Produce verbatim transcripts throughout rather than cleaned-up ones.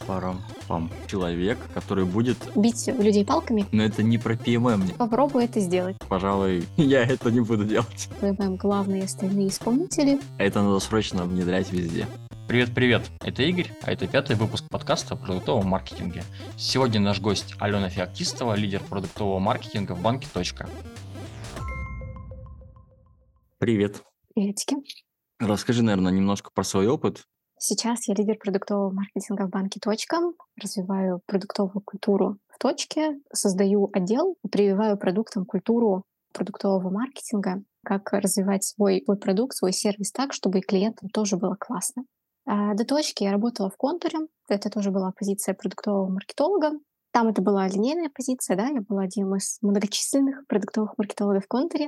Парам-пам. Человек, который будет Бить людей палками? Но это не про пи эм эм. Попробуй это сделать. Пожалуй, я это не буду делать. Выбираем главные остальные исполнители. Это надо срочно внедрять везде. Привет-привет, это Игорь, а это пятый выпуск подкаста о продуктовом маркетинге. Сегодня наш гость Алена Феоктистова, лидер продуктового маркетинга в банке «Точка». Привет. Приветики. Расскажи, наверное, немножко про свой опыт. Сейчас я лидер продуктового маркетинга в банке «Точка». Развиваю продуктовую культуру в «Точке», создаю отдел, прививаю продуктам культуру продуктового маркетинга, как развивать свой, свой продукт, свой сервис так, чтобы и клиентам тоже было классно. А до «Точки» я работала в «Контуре». Это тоже была позиция продуктового маркетолога. Там это была линейная позиция, да, я была одним из многочисленных продуктовых маркетологов в «Контуре»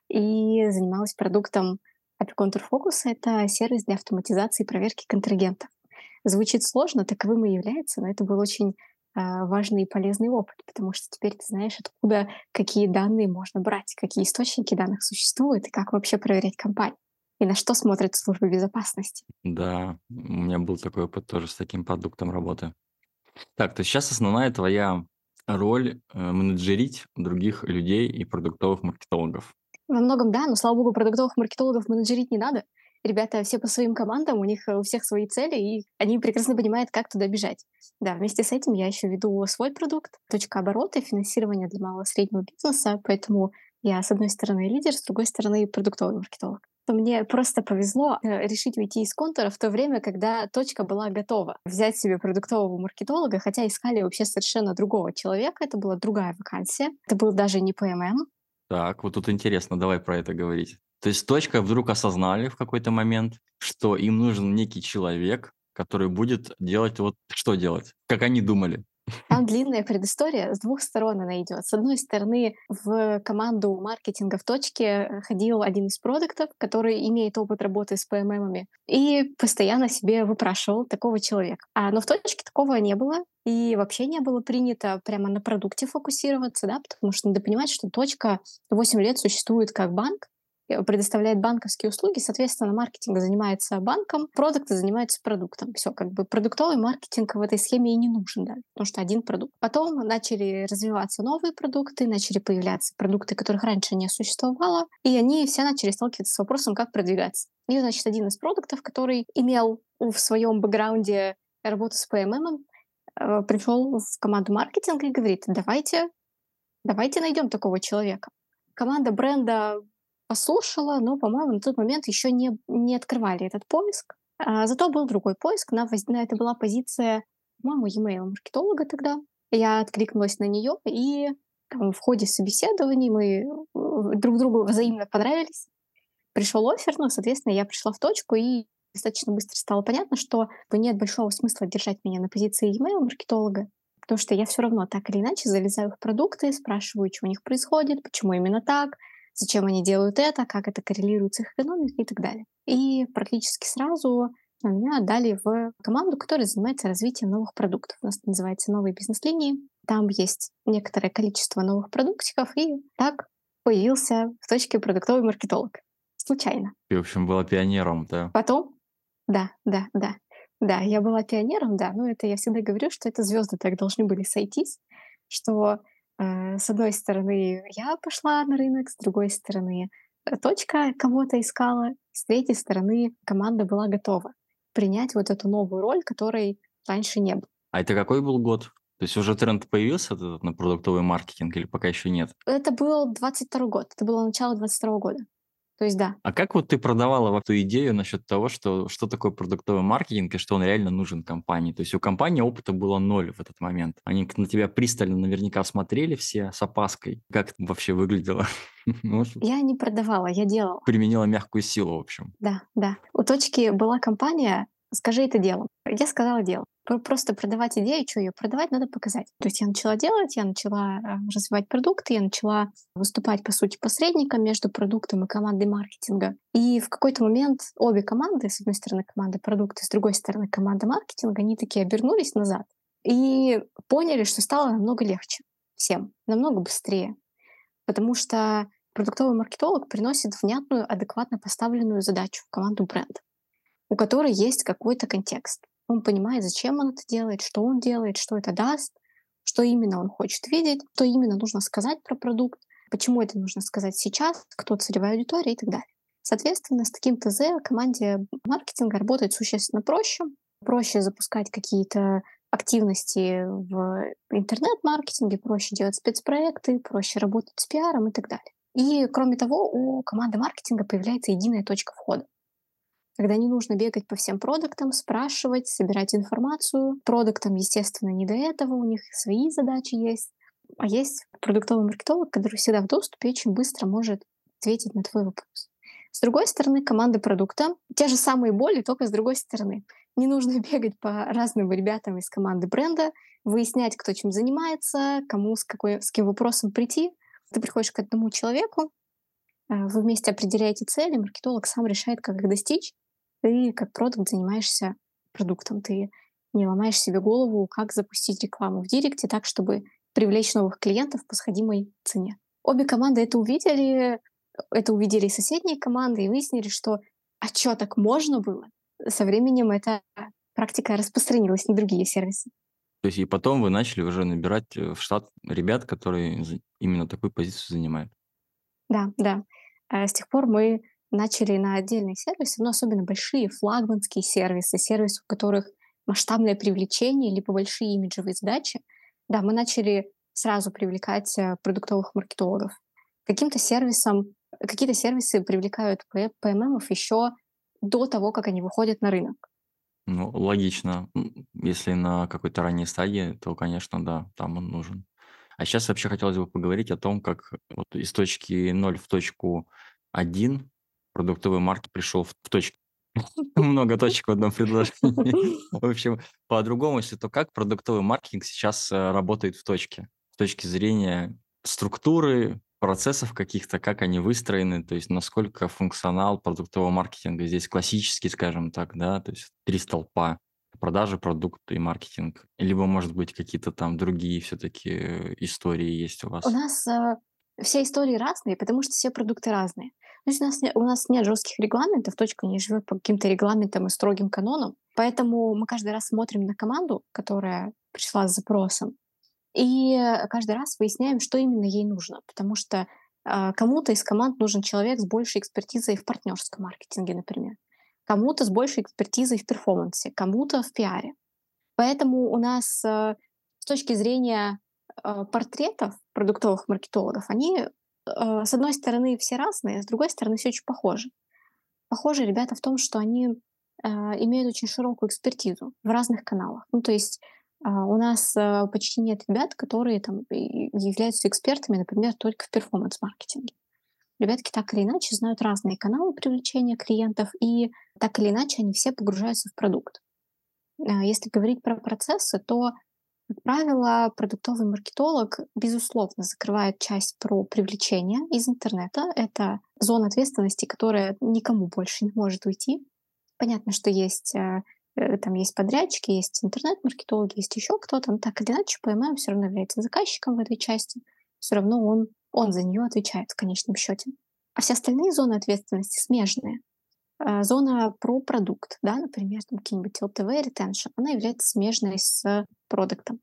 и занималась продуктом Контур Фокус — это сервис для автоматизации проверки контрагентов. Звучит сложно, таковым и является, но это был очень а, важный и полезный опыт, потому что теперь ты знаешь, откуда какие данные можно брать, какие источники данных существуют и как вообще проверять компанию, и на что смотрят службы безопасности. Да, у меня был такой опыт тоже с таким продуктом работы. Так, то есть сейчас основная твоя роль э, менеджерить других людей и продуктовых маркетологов. Во многом да, но, слава богу, продуктовых маркетологов менеджерить не надо. Ребята все по своим командам, у них э, у всех свои цели, и они прекрасно понимают, как туда бежать. Да, вместе с этим я еще веду свой продукт, точка оборота, финансирование для малого и среднего бизнеса, поэтому я, с одной стороны, лидер, с другой стороны, продуктовый маркетолог. Мне просто повезло э, решить уйти из контура в то время, когда точка была готова взять себе продуктового маркетолога, хотя искали вообще совершенно другого человека, это была другая вакансия, это был даже не пи эм эм. Так, вот тут интересно, давай про это говорить. То есть точка вдруг осознали в какой-то момент, что им нужен некий человек, который будет делать вот что делать, как они думали. Там длинная предыстория, с двух сторон она идет. С одной стороны, в команду маркетинга в «Точке» э, ходил один из продуктов, который имеет опыт работы с пи эм эм-ами, и постоянно себе выпрашивал такого человека. А, но в «Точке» такого не было, и вообще не было принято прямо на продукте фокусироваться, да, потому что надо понимать, что «Точка» восемь лет существует как банк, э, предоставляет банковские услуги, соответственно, маркетинг занимается банком, продукты занимаются продуктом. Все, как бы продуктовый маркетинг в этой схеме и не нужен, да, потому что один продукт. Потом начали развиваться новые продукты, начали появляться продукты, которых раньше не существовало, и они все начали сталкиваться с вопросом, как продвигаться. И, значит, один из продуктов, который имел в своем бэкграунде работу с пи эм эм, э, пришел в команду маркетинга и говорит: давайте, давайте найдем такого человека. Команда бренда послушала, но, по-моему, на тот момент еще не, не открывали этот поиск. А, зато был другой поиск. На, воз- на это была позиция, по-моему, e-mail маркетолога тогда. Я откликнулась на нее, и там, в ходе собеседований мы э, друг другу взаимно понравились. Пришел оффер, ну, соответственно, я пришла в «Точку», и достаточно быстро стало понятно, что нет большого смысла держать меня на позиции e-mail маркетолога, потому что я все равно так или иначе залезаю в продукты, спрашиваю, что у них происходит, почему именно так, зачем они делают это, как это коррелирует с их экономикой и так далее. И практически сразу меня отдали в команду, которая занимается развитием новых продуктов. У нас это называется «Новые бизнес-линии». Там есть некоторое количество новых продуктиков, и так появился в «Точке» продуктовый маркетолог. Случайно. Ты, в общем, была пионером, да? Потом да, да, да. Да, я была пионером, да, но это я всегда говорю, что это звезды так должны были сойтись, что, э, с одной стороны, я пошла на рынок, с другой стороны, э, «Точка» кого-то искала, с третьей стороны, команда была готова принять вот эту новую роль, которой раньше не было. А это какой был год? То есть уже тренд появился вот этот на продуктовый маркетинг или пока еще нет? Это был двадцать второй год, это было начало двадцать второго года. То есть да. А как вот ты продавала вот эту идею насчет того, что, что такое продуктовый маркетинг и что он реально нужен компании? То есть у компании опыта было ноль в этот момент. Они к- на тебя пристально наверняка смотрели все с опаской. Как это вообще выглядело? Можешь Я не продавала, я делала. применила мягкую силу, в общем. Да, да. У «Точки» была компания «Скажи это делом». Я сказала делом. Про- Просто продавать идею, что ее продавать, надо показать. То есть я начала делать, я начала э, развивать продукты, я начала выступать, по сути, посредником между продуктом и командой маркетинга. И в какой-то момент обе команды, с одной стороны команда продукта, с другой стороны команда маркетинга, они такие обернулись назад и поняли, что стало намного легче всем, намного быстрее. Потому что продуктовый маркетолог приносит внятную, адекватно поставленную задачу в команду бренда, у которой есть какой-то контекст. Он понимает, зачем он это делает, что он делает, что это даст, что именно он хочет видеть, что именно нужно сказать про продукт, почему это нужно сказать сейчас, кто целевая аудитория и так далее. Соответственно, с таким ТЗ команде маркетинга работает существенно проще. Проще запускать какие-то активности в интернет-маркетинге, проще делать спецпроекты, проще работать с пиаром и так далее. И кроме того, у команды маркетинга появляется единая точка входа, когда не нужно бегать по всем продуктам, спрашивать, собирать информацию. Продуктам, естественно, не до этого, у них свои задачи есть. А есть продуктовый маркетолог, который всегда в доступе и очень быстро может ответить на твой вопрос. С другой стороны, команды продукта — те же самые боли, только с другой стороны. Не нужно бегать по разным ребятам из команды бренда, выяснять, кто чем занимается, кому с, какой, с каким вопросом прийти. Ты приходишь к одному человеку, э, вы вместе определяете цели, маркетолог сам решает, как их достичь. Ты как продукт занимаешься продуктом. Ты не ломаешь себе голову, как запустить рекламу в Директе так, чтобы привлечь новых клиентов по сходимой цене. Обе команды это увидели, это увидели и соседние команды, и выяснили, что а чё, так можно было? Со временем эта практика распространилась на другие сервисы. То есть и потом вы начали уже набирать э, в штат ребят, которые за- именно такую позицию занимают. Да, да. Э, С тех пор мы начали на отдельные сервисы, но особенно большие флагманские сервисы, сервисы, у которых масштабное привлечение либо большие имиджевые задачи. Да, мы начали сразу привлекать э, продуктовых маркетологов. Каким-то сервисом, какие-то сервисы привлекают P- ПММов еще до того, как они выходят на рынок. Ну, логично. М, Если на какой-то ранней стадии, то, конечно, да, там он нужен. А сейчас вообще хотелось бы поговорить о том, как вот из точки ноль в точку один продуктовый маркет пришел в точку. Много точек в одном предложении. В общем, по-другому, если то как продуктовый маркетинг сейчас э, работает в точке? С точки зрения структуры, процессов каких-то, как они выстроены, то есть насколько функционал продуктового маркетинга здесь классический, скажем так, да, то есть три столпа: продажи, продукт и маркетинг. Либо, может быть, какие-то там другие все-таки истории есть у У вас. нас э, все истории разные, потому что все продукты разные. То есть у нас, не- у нас нет жестких регламентов, точка не живет по каким-то регламентам и строгим канонам. Поэтому мы каждый раз смотрим на команду, которая пришла с запросом, и э, каждый раз выясняем, что именно ей нужно. Потому что а, кому-то из команд нужен человек с большей экспертизой в партнерском маркетинге, например. Кому-то с большей экспертизой в перформансе, кому-то в пиаре. Поэтому у нас э, с точки зрения э, портретов продуктовых маркетологов, они, э, с одной стороны, все разные, с другой стороны, все очень похожи. Похожи ребята в том, что они э, имеют очень широкую экспертизу в разных каналах. Ну, то есть а, у нас э, почти нет ребят, которые там и- являются экспертами, например, только в перформанс-маркетинге. Ребятки так или иначе знают разные каналы привлечения клиентов, и так или иначе они все погружаются в продукт. А, Если говорить про процессы, то, как правило, продуктовый маркетолог, безусловно, закрывает часть про привлечение из интернета. Это зона ответственности, которая никому больше не может уйти. Понятно, что есть э, э, там есть подрядчики, есть интернет-маркетологи, есть еще кто-то, но так или иначе P M M все равно является заказчиком в этой части. Все равно он, он за нее отвечает в конечном счете. А все остальные зоны ответственности смежные. Э, Зона про продукт, да, например, там какие-нибудь L T V, retention, она является смежной с продуктом.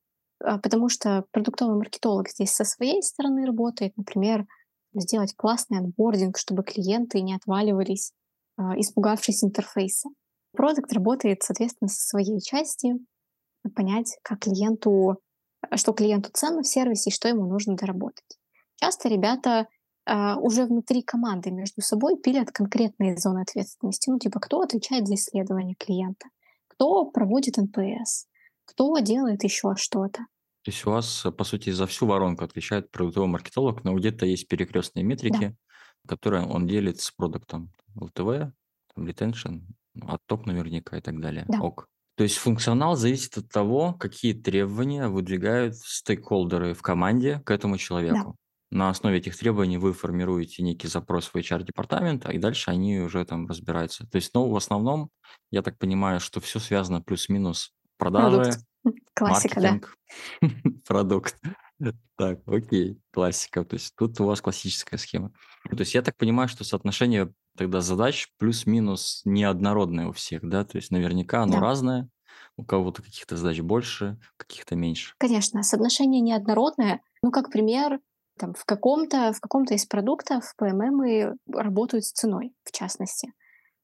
А, Потому что продуктовый маркетолог здесь со своей стороны работает, например, сделать классный анбординг, чтобы клиенты не отваливались, а, испугавшись интерфейса. Продукт работает, соответственно, со своей части, понять, как клиенту, э, что клиенту ценно в сервисе и что ему нужно доработать. Часто ребята а, уже внутри команды между собой пилят конкретные зоны ответственности. Ну, типа, кто отвечает за исследование клиента, кто проводит Н П С, кто делает еще что-то. То есть у вас, э, по сути, за всю воронку отвечает продуктовый маркетолог, но где-то есть перекрестные Да, метрики, которые он делит с продуктом. Л Т В, там, retention, отток наверняка и так далее. да, Ок. То есть функционал зависит от того, какие требования выдвигают стейкхолдеры в команде к этому да. человеку. На основе этих требований вы формируете некий запрос в H R-департамент, а и дальше они уже там разбираются. То есть, ну, в основном, я так понимаю, что все связано плюс-минус: Продукт. продажи, Классика, да. маркетинг, продукт. Так, окей, классика. То есть тут у вас классическая схема. То есть я так понимаю, что соотношение тогда задач плюс-минус неоднородное у всех, да? То есть наверняка оно Да. разное, у кого-то каких-то задач больше, каких-то меньше? Конечно, соотношение неоднородное. Ну, как пример, там, в каком-то в каком-то из продуктов P M M работают с ценой, в частности.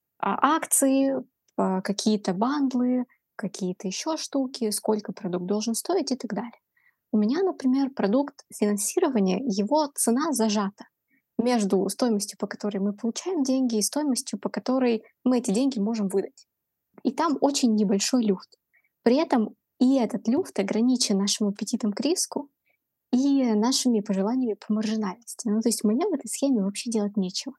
А акции, а, какие-то бандлы, какие-то еще штуки, сколько продукт должен стоить и так далее. У меня, например, продукт финансирования, его цена зажата между стоимостью, по которой мы получаем деньги, и стоимостью, по которой мы эти деньги можем выдать. И там очень небольшой люфт. При этом и этот люфт ограничен нашим аппетитом к риску и нашими пожеланиями по маржинальности. Ну, то есть мне в этой схеме вообще делать нечего.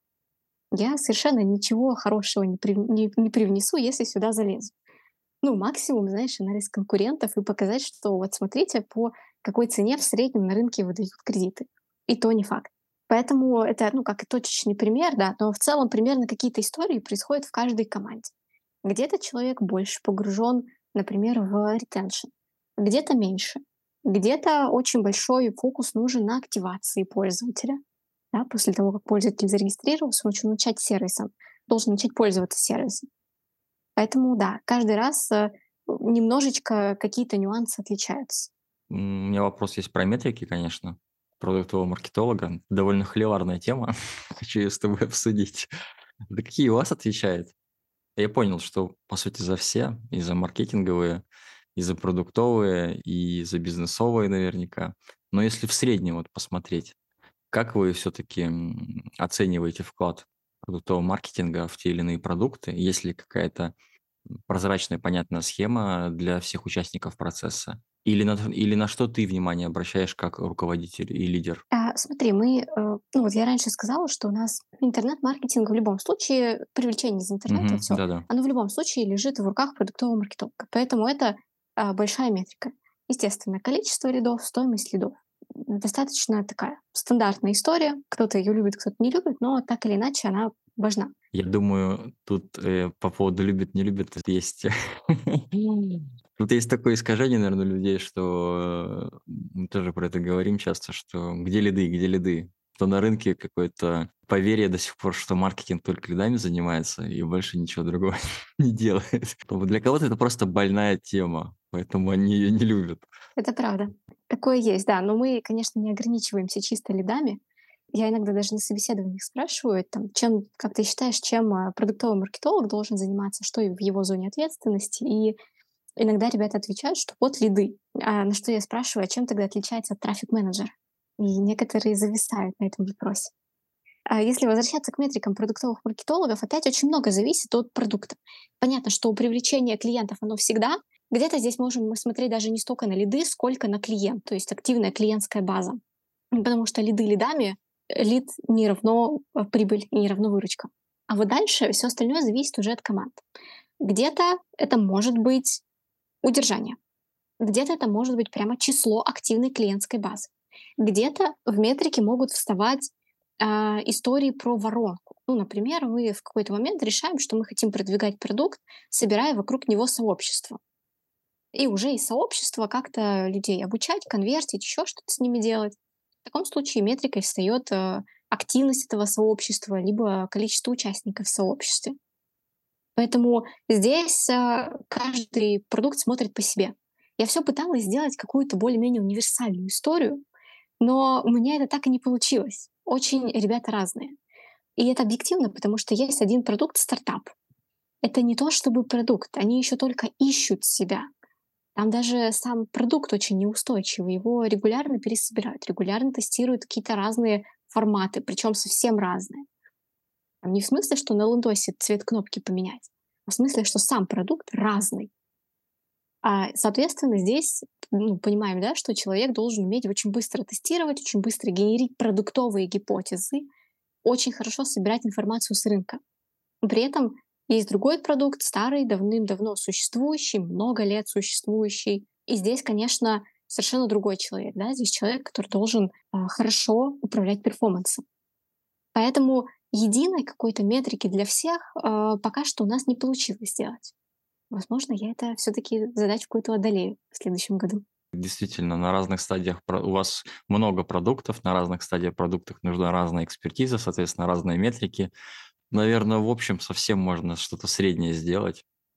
Я совершенно ничего хорошего не, прив- не, не привнесу, если сюда залезу. Ну, максимум, знаешь, анализ конкурентов и показать, что вот смотрите, по какой цене в среднем на рынке выдают кредиты. И то не факт. Поэтому это, ну, как и точечный пример, да, но в целом примерно какие-то истории происходят в каждой команде. Где-то человек больше погружен, например, в ретеншн, где-то меньше. Где-то очень большой фокус нужен на активации пользователя. Да, после того, как пользователь зарегистрировался, он должен начать сервисом, должен начать пользоваться сервисом. Поэтому да, каждый раз э, немножечко какие-то нюансы отличаются. М, У меня вопрос есть про метрики, конечно. Продуктового маркетолога. Довольно холиварная тема. Хочу ее с тобой обсудить. Да какие у вас отвечает? Я понял, что, по сути, за все, и за маркетинговые, и за продуктовые, и за бизнесовые наверняка. Но если в среднем вот посмотреть, как вы все-таки оцениваете вклад продуктового маркетинга в те или иные продукты? Есть ли какая-то прозрачная, понятная схема для всех участников процесса? Или на, или на что ты внимание обращаешь как руководитель и лидер? А, смотри, мы, э, ну вот я раньше сказала, что у нас интернет-маркетинг в любом случае, привлечение из интернета, Мгм. все, Да-да. оно в любом случае лежит в руках продуктового маркетолога. Поэтому это а, большая метрика. Естественно, количество лидов, стоимость лидов. Достаточно такая стандартная история. Кто-то ее любит, кто-то не любит, но так или иначе она важна. Я думаю, тут э, по поводу любит, не любит, тут есть, тут есть такое искажение, наверное, у людей, что э, мы тоже про это говорим часто, что где лиды, где лиды, что на рынке какое-то поверье до сих пор, что маркетинг только лидами занимается и больше ничего другого не делает. Вот для кого-то это просто больная тема, поэтому они ее не любят. Это правда. Такое есть, да. Но мы, конечно, не ограничиваемся чисто лидами. Я иногда даже на собеседованиях спрашиваю, там, чем, как ты считаешь, чем а, продуктовый маркетолог должен заниматься, что и в его зоне ответственности. И иногда ребята отвечают, что вот лиды. А на что я спрашиваю, а чем тогда отличается от трафик-менеджера? И некоторые зависают на этом вопросе. А если возвращаться к метрикам продуктовых маркетологов, опять очень много зависит от продукта. Понятно, что привлечение клиентов, оно всегда. Где-то здесь можем мы смотреть даже не столько на лиды, сколько на клиент, то есть активная клиентская база. М, Потому что лиды лидами, э, лид не равно э, прибыль и не равно выручка. А вот дальше все остальное зависит уже от команд. Где-то это может быть удержание, где-то это может быть прямо число активной клиентской базы. Где-то в метрике могут вставать а, истории про воронку. Ну, например, мы в какой-то момент решаем, что мы хотим продвигать продукт, собирая вокруг него сообщество. И уже из сообщества как-то людей обучать, конвертить, еще что-то с ними делать. В таком случае метрикой встает э, активность этого сообщества, либо количество участников в сообществе. Поэтому здесь а, каждый продукт смотрит по себе. Я все пыталась сделать какую-то более-менее универсальную историю, но у меня это так и не получилось. Очень ребята разные. И это объективно, потому что есть один продукт стартап. Это не то чтобы продукт, они еще только ищут себя. Там даже сам продукт очень неустойчивый, его регулярно пересобирают, регулярно тестируют какие-то разные форматы, причем совсем разные. Там не в смысле, что на лендосе цвет кнопки поменять, а в смысле, что сам продукт разный. А, соответственно, здесь ну, понимаем, да, что человек должен уметь очень быстро тестировать, очень быстро генерить продуктовые гипотезы, очень хорошо собирать информацию с рынка. При этом есть другой продукт, старый, давным-давно существующий, много лет существующий. И здесь, конечно, совершенно другой человек. Да? Здесь человек, который должен а, хорошо управлять перформансом. Поэтому единой какой-то метрики для всех а, пока что у нас не получилось сделать. Возможно, я это все-таки задачу какую-то одолею в следующем году. Действительно, на разных стадиях про- у вас много продуктов, на разных стадиях продуктов нужна разная экспертиза, соответственно, разные метрики. Наверное, в общем, совсем можно что-то среднее сделать.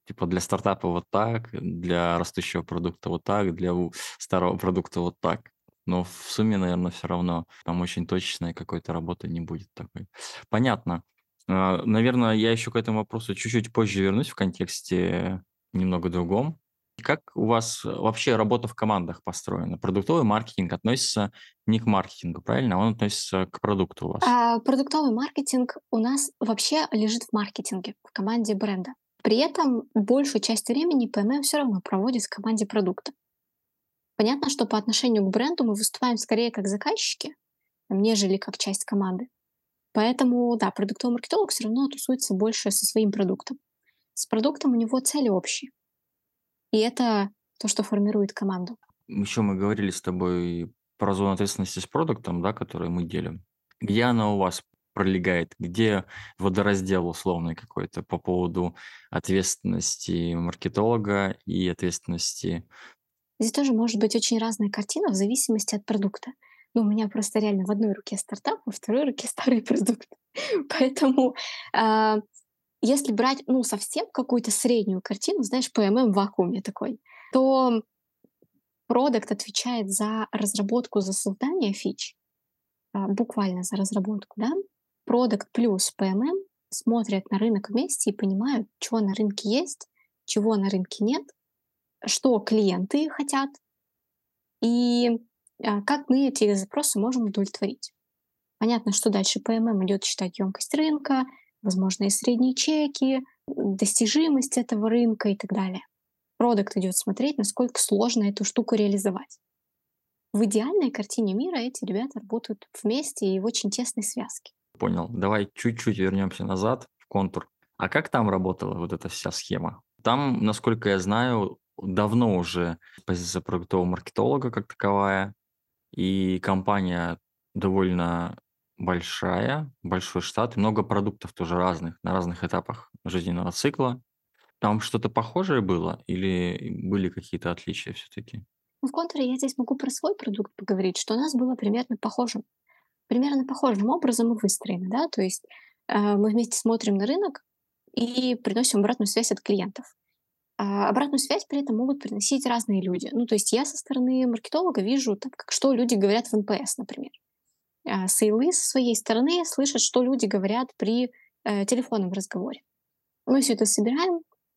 Типа для стартапа вот так, для растущего продукта вот так, для у- старого продукта вот так. Но в сумме, наверное, все равно там очень точечной какой-то работы не будет такой. Понятно. А, Наверное, я еще к этому вопросу чуть-чуть позже вернусь в контексте немного другом. Как у вас э, вообще работа в командах построена? Продуктовый маркетинг относится не к маркетингу, правильно? Он относится к продукту у вас. А продуктовый маркетинг у нас вообще лежит в маркетинге, в команде бренда. При этом большую часть времени P M M все равно проводит в команде продукта. Понятно, что по отношению к бренду мы выступаем скорее как заказчики, нежели как часть команды. Поэтому, да, продуктовый маркетолог все равно тусуется больше со своим продуктом. С продуктом у него цели общие. И это то, что формирует команду. Еще мы говорили с тобой про зону ответственности с продуктом, да, которую мы делим. Где она у вас пролегает? Где водораздел условный какой-то по поводу ответственности маркетолога и ответственности? Здесь тоже может быть очень разная картина в зависимости от продукта. Ну, у меня просто реально в одной руке стартап, во второй руке старый продукт. Поэтому а, если брать, ну, совсем какую-то среднюю картину, знаешь, P M M в вакууме такой, то продукт отвечает за разработку, за создание фич, а, буквально за разработку, да. Продукт плюс P M M смотрят на рынок вместе и понимают, чего на рынке есть, чего на рынке нет, что клиенты хотят и а, как мы эти запросы можем удовлетворить. Понятно, что дальше P M M идет считать емкость рынка, возможные средние чеки, достижимость этого рынка и так далее. Продукт идет смотреть, насколько сложно эту штуку реализовать. В идеальной картине мира эти ребята работают вместе и в очень тесной связке. Понял. Давай чуть-чуть вернемся назад в контур. А как там работала вот эта вся схема? Там, насколько я знаю, давно уже позиция продуктового маркетолога как таковая, и компания довольно большая, большой штат, и много продуктов тоже разных, на разных этапах жизненного цикла. Там что-то похожее было или были какие-то отличия все-таки? Но в контуре я здесь могу про свой продукт поговорить, что у нас было примерно похожим. Примерно похожим образом и выстроено, да, то есть э, мы вместе смотрим на рынок и приносим обратную связь от клиентов. А обратную связь при этом могут приносить разные люди. Ну, то есть я со стороны маркетолога вижу, так, как, что люди говорят в Н П С, например. А сейлы со своей стороны слышат, что люди говорят при э, телефонном разговоре. Мы все это собираем,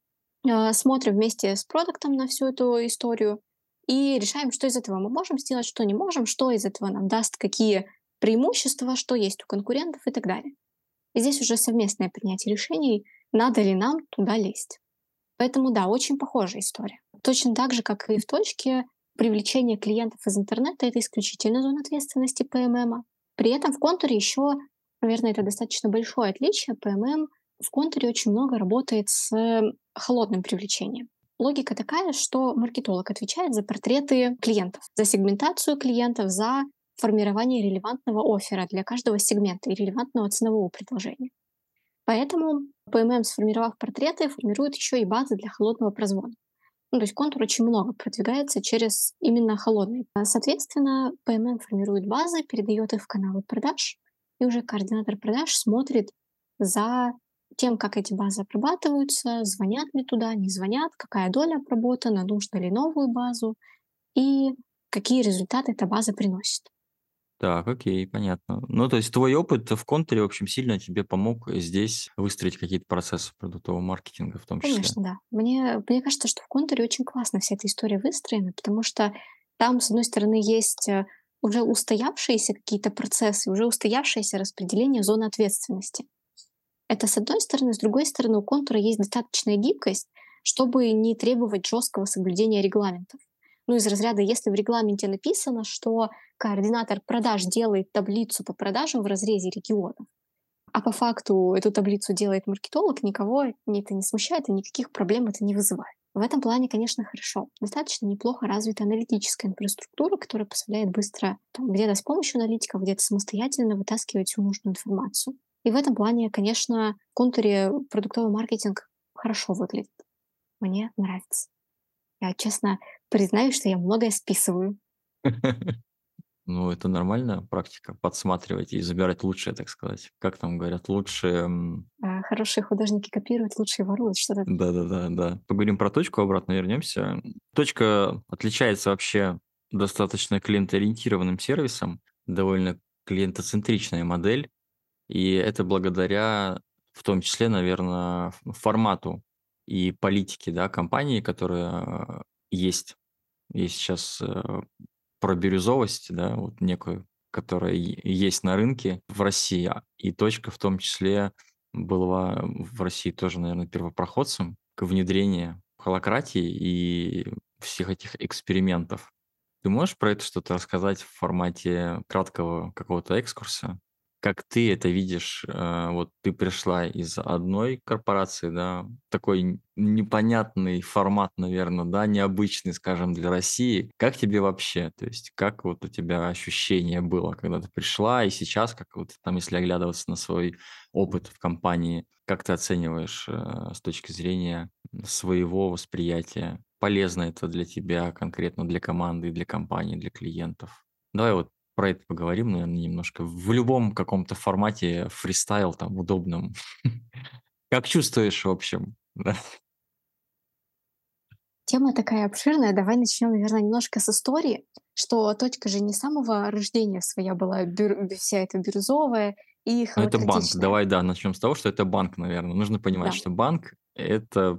а, смотрим вместе с продуктом на всю эту историю и решаем, что из этого мы можем сделать, что не можем, что из этого нам даст какие преимущества, что есть у конкурентов и так далее. И здесь уже совместное принятие решений, надо ли нам туда лезть. Поэтому да, очень похожая история. Точно так же, как и в точке, привлечение клиентов из интернета — это исключительно зона ответственности P M M. При этом в контуре еще, наверное, это достаточно большое отличие. P M M в контуре очень много работает с холодным привлечением. Логика такая, что маркетолог отвечает за портреты клиентов, за сегментацию клиентов, за формирование релевантного оффера для каждого сегмента и релевантного ценового предложения. Поэтому P M M, сформировав портреты, формирует еще и базы для холодного прозвона. Ну, то есть контур очень много продвигается через именно холодный. А, Соответственно, P M M формирует базы, передает их в каналы продаж, и уже координатор продаж смотрит за тем, как эти базы обрабатываются, звонят ли туда, не звонят, какая доля обработана, нужно ли новую базу и какие результаты эта база приносит. Так, окей, понятно. Ну, то есть твой опыт в контуре, в общем, сильно тебе помог здесь выстроить какие-то процессы продуктового маркетинга в том числе. Конечно, да. Мне, мне кажется, что в контуре очень классно вся эта история выстроена, потому что там, с одной стороны, есть э, уже устоявшиеся какие-то процессы, уже устоявшееся распределение зоны ответственности. Это с одной стороны. С другой стороны, у контура есть достаточная гибкость, чтобы не требовать жесткого соблюдения регламентов. Ну, из разряда, если в регламенте написано, что координатор продаж делает таблицу по продажам в разрезе регионов, а по факту эту таблицу делает маркетолог, никого ни это не смущает и никаких проблем это не вызывает. В этом плане, конечно, хорошо. Достаточно неплохо развита аналитическая инфраструктура, которая позволяет быстро там, где-то с помощью аналитиков, где-то самостоятельно вытаскивать всю нужную информацию. И в этом плане, конечно, в контуре продуктовый маркетинг хорошо выглядит. Мне нравится. Я честно признаюсь, что я многое списываю. Ну, это нормальная практика подсматривать и забирать лучшее, так сказать. Как там говорят, лучшее. м, А хорошие художники копируют, лучшие воруют, что-то такое. Да-да-да, да. Поговорим про точку, обратно вернемся. Точка отличается вообще достаточно клиентоориентированным сервисом, довольно клиентоцентричная модель, и это благодаря, в том числе, наверное, формату и политике, да, компании, которая э, есть. Есть сейчас э, про бирюзовость, да, вот некую, которая е- есть на рынке в России, а, и точка в том числе была в России тоже, наверное, первопроходцем к внедрению холакратии и всех этих экспериментов. Ты можешь про это что-то рассказать в формате краткого какого-то экскурса? Как ты это видишь? Э, вот ты пришла из одной корпорации, да, такой н непонятный формат, наверное, да, необычный, скажем, для России. Как тебе вообще? То есть как вот у тебя ощущение было, когда ты пришла, и сейчас, как вот там, если оглядываться на свой опыт в компании, как ты оцениваешь, э, с точки зрения своего восприятия? Полезно это для тебя, конкретно для команды, для компании, для клиентов? Давай вот про это поговорим, наверное, немножко. В любом каком-то формате, фристайл там удобном. Как чувствуешь, в общем? Да. Тема такая обширная. Давай начнем, наверное, немножко с истории, что точка же не с самого рождения своя была бир- вся эта бирюзовая и Но это банк. холократичная. Давай, да, начнем с того, что это банк, наверное. Нужно понимать, Да, что банк — это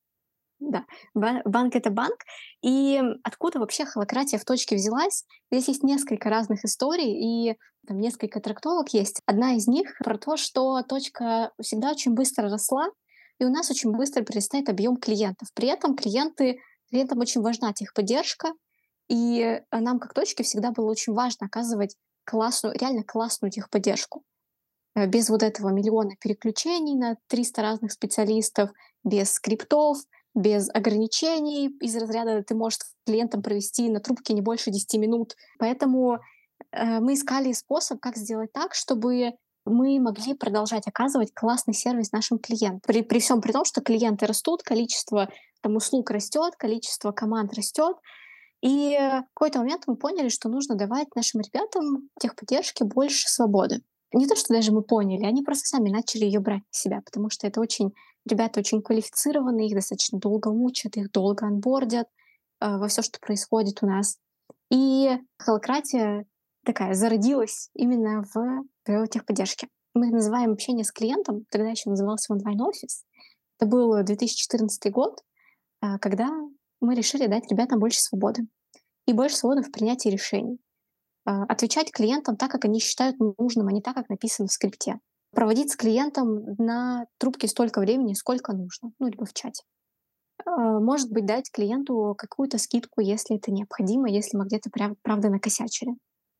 да. Ба- Банк — это банк. И откуда вообще холократия в точке взялась? Здесь есть несколько разных историй, и там несколько трактовок есть. Одна из них про то, что точка всегда очень быстро росла, и у нас очень быстро перестает объем клиентов. При этом клиенты, клиентам очень важна техподдержка, и э, нам как точке всегда было очень важно оказывать классную, реально классную техподдержку. Э, Без вот этого миллиона переключений на триста разных специалистов, без скриптов, без ограничений из разряда ты можешь с клиентом провести на трубке не больше десяти минут. Поэтому э, мы искали способ, как сделать так, чтобы мы могли продолжать оказывать классный сервис нашим клиентам. При, при всем при том, что клиенты растут, количество там, услуг растет, количество команд растет. И в какой-то момент мы поняли, что нужно давать нашим ребятам техподдержки больше свободы. Не то, что даже мы поняли, они просто сами начали ее брать на себя, потому что это очень ребята очень квалифицированные, их достаточно долго учат, их долго анбордят э, во все, что происходит у нас. И холократия такая зародилась именно в в техподдержке. Мы называем общение с клиентом, тогда еще назывался онлайн-офис. Это был две тысячи четырнадцатый год, а, когда мы решили дать ребятам больше свободы и больше свободы в принятии решений. А, Отвечать клиентам так, как они считают нужным, а не так, как написано в скрипте. Проводить с клиентом на трубке столько времени, сколько нужно, ну, либо в чате. А, Может быть, дать клиенту какую-то скидку, если это необходимо, если мы где-то прям, правда накосячили.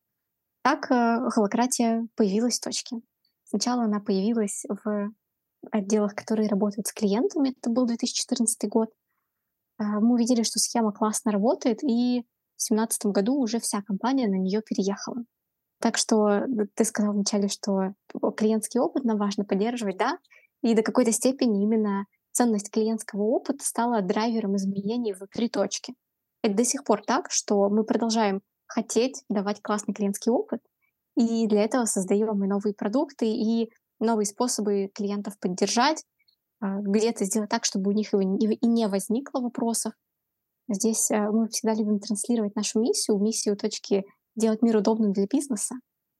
Так э, холократия появилась в точке. Сначала она появилась в отделах, которые работают с клиентами. Это был две тысячи четырнадцатый год. А, Мы увидели, что схема классно работает, и в две тысячи семнадцатом году уже вся компания на нее переехала. Так что э, ты сказал вначале, что п- клиентский опыт нам важно поддерживать, да, и до какой-то степени именно ценность клиентского опыта стала драйвером изменений в три точки. Это до сих пор так, что мы продолжаем хотеть давать классный клиентский опыт, и для этого создаем и новые продукты, и новые способы клиентов поддержать, а, где-то сделать так, чтобы у них и не и не возникло вопросов. Здесь э, мы всегда любим транслировать нашу миссию, миссию точки делать мир удобным для бизнеса.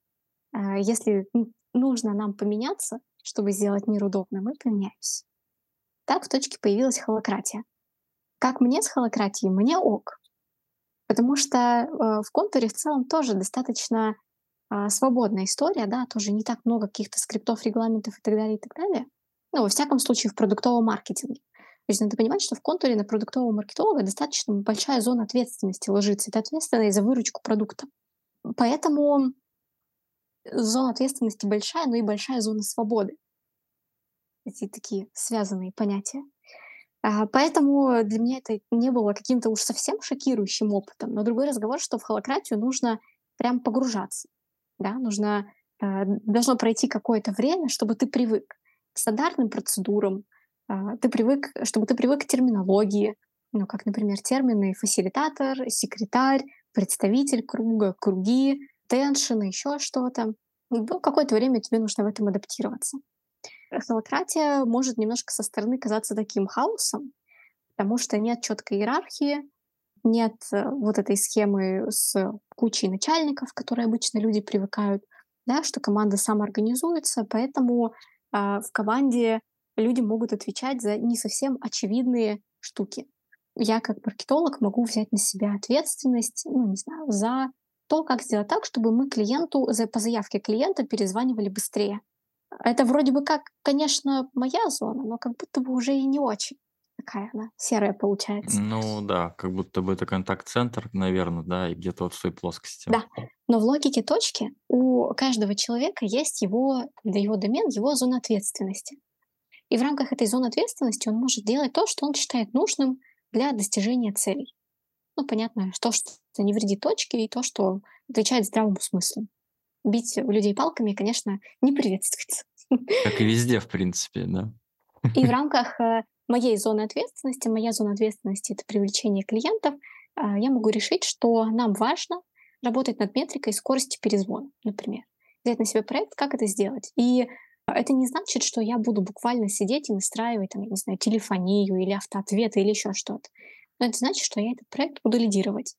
А, Если м, нужно нам поменяться, чтобы сделать мир удобным, мы поменяемся. Так в точке появилась холократия. Как мне с холократией? Мне ок. Потому что э, в контуре в целом тоже достаточно а, свободная история, да, тоже не так много каких-то скриптов, регламентов и так далее, и так далее. Ну, во всяком случае, в продуктовом маркетинге. То есть надо понимать, что в контуре на продуктового маркетолога достаточно большая зона ответственности ложится. Это ответственность за выручку продукта. Поэтому зона ответственности большая, но и большая зона свободы. Эти такие связанные понятия. А, Поэтому для меня это не было каким-то уж совсем шокирующим опытом. Но другой разговор, что в холократию нужно прям погружаться. Да? Нужно, э, должно пройти какое-то время, чтобы ты привык к стандартным процедурам, а, ты привык, чтобы ты привык к терминологии, ну, как, например, термины фасилитатор, секретарь, представитель круга, круги, теншн, еще что-то. Ну, какое-то время тебе нужно в этом адаптироваться. Холократия может немножко со стороны казаться таким хаосом, потому что нет четкой иерархии, нет э, вот этой схемы с кучей начальников, к которой обычно люди привыкают, да, что команда самоорганизуется, поэтому а, в команде люди могут отвечать за не совсем очевидные штуки. Я как маркетолог могу взять на себя ответственность, ну, не знаю, за то, как сделать так, чтобы мы клиенту за, по заявке клиента перезванивали быстрее. Это вроде бы как, конечно, моя зона, но как будто бы уже и не очень. Такая она серая получается. Ну да, как будто бы это контакт-центр, наверное, да, и где-то вот в той плоскости. Да, но в логике точки у каждого человека есть его, да, его домен, его зона ответственности. И в рамках этой зоны ответственности он может делать то, что он считает нужным для достижения целей. Ну, понятно, то, что не вредит точке, и то, что отвечает здравому смыслу. Бить людей палками, конечно, не приветствуется. Как и везде, в принципе, да. И в рамках э, моей зоны ответственности, моя зона ответственности — это привлечение клиентов, а, я могу решить, что нам важно работать над метрикой скорости перезвона, например. Взять на себя проект, как это сделать. И это не значит, что я буду буквально сидеть и настраивать, там, я не знаю, телефонию или автоответы или еще что-то. Но это значит, что я этот проект буду лидировать.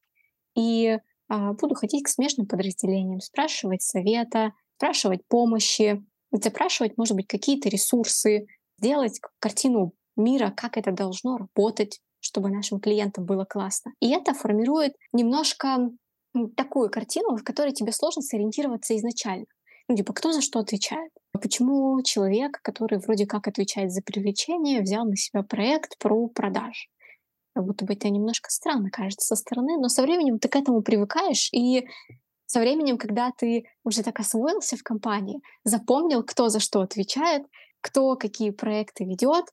И а, буду ходить к смежным подразделениям, спрашивать совета, спрашивать помощи, запрашивать, может быть, какие-то ресурсы, делать к- картину мира, как это должно работать, чтобы нашим клиентам было классно. И это формирует немножко м, такую картину, в которой тебе сложно сориентироваться изначально. Ну, типа, кто за что отвечает? Почему человек, который вроде как отвечает за привлечение, взял на себя проект про продажи? Как будто бы это немножко странно кажется со стороны, но со временем ты к этому привыкаешь, и со временем, когда ты уже так освоился в компании, запомнил, кто за что отвечает, кто какие проекты ведет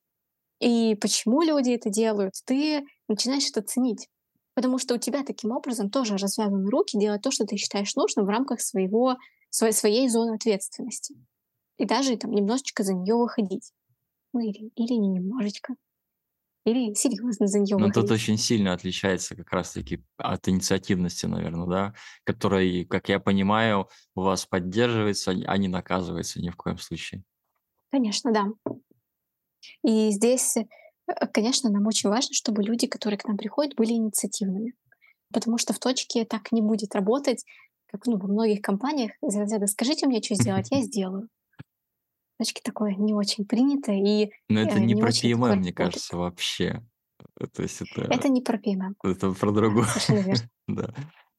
и почему люди это делают, ты начинаешь это ценить. Потому что у тебя таким образом тоже развязаны руки делать то, что ты считаешь нужным в рамках своего, своей, своей зоны ответственности. И даже там немножечко за нее выходить. Ну или, или не немножечко. Или серьезно за нее Но тут выходить. очень сильно отличается как раз-таки от инициативности, наверное, да, которая, как я понимаю, у вас поддерживается, а не наказывается ни в коем случае. Конечно, да. И здесь, э, конечно, нам очень важно, чтобы люди, которые к нам приходят, были инициативными. Потому что в точке так не будет работать, как, ну, во многих компаниях. Из разряда «скажите мне, что сделать, я сделаю». В точке такое не очень принято и Но это э, не не про очень P M M, такое мне работает. кажется, вообще. Э, То есть это, Это не про пи эм эм. это про Да, другое. совершенно верно. Да.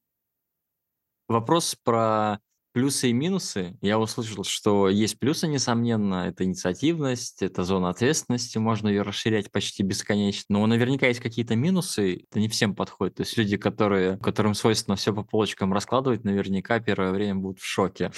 Вопрос про плюсы и минусы. Я услышал, что есть плюсы, несомненно, это инициативность, это зона ответственности, можно ее расширять почти бесконечно. Но наверняка есть какие-то минусы, это не всем подходит. То есть люди, которые, которым свойственно все по полочкам раскладывать, наверняка первое время будут в шоке.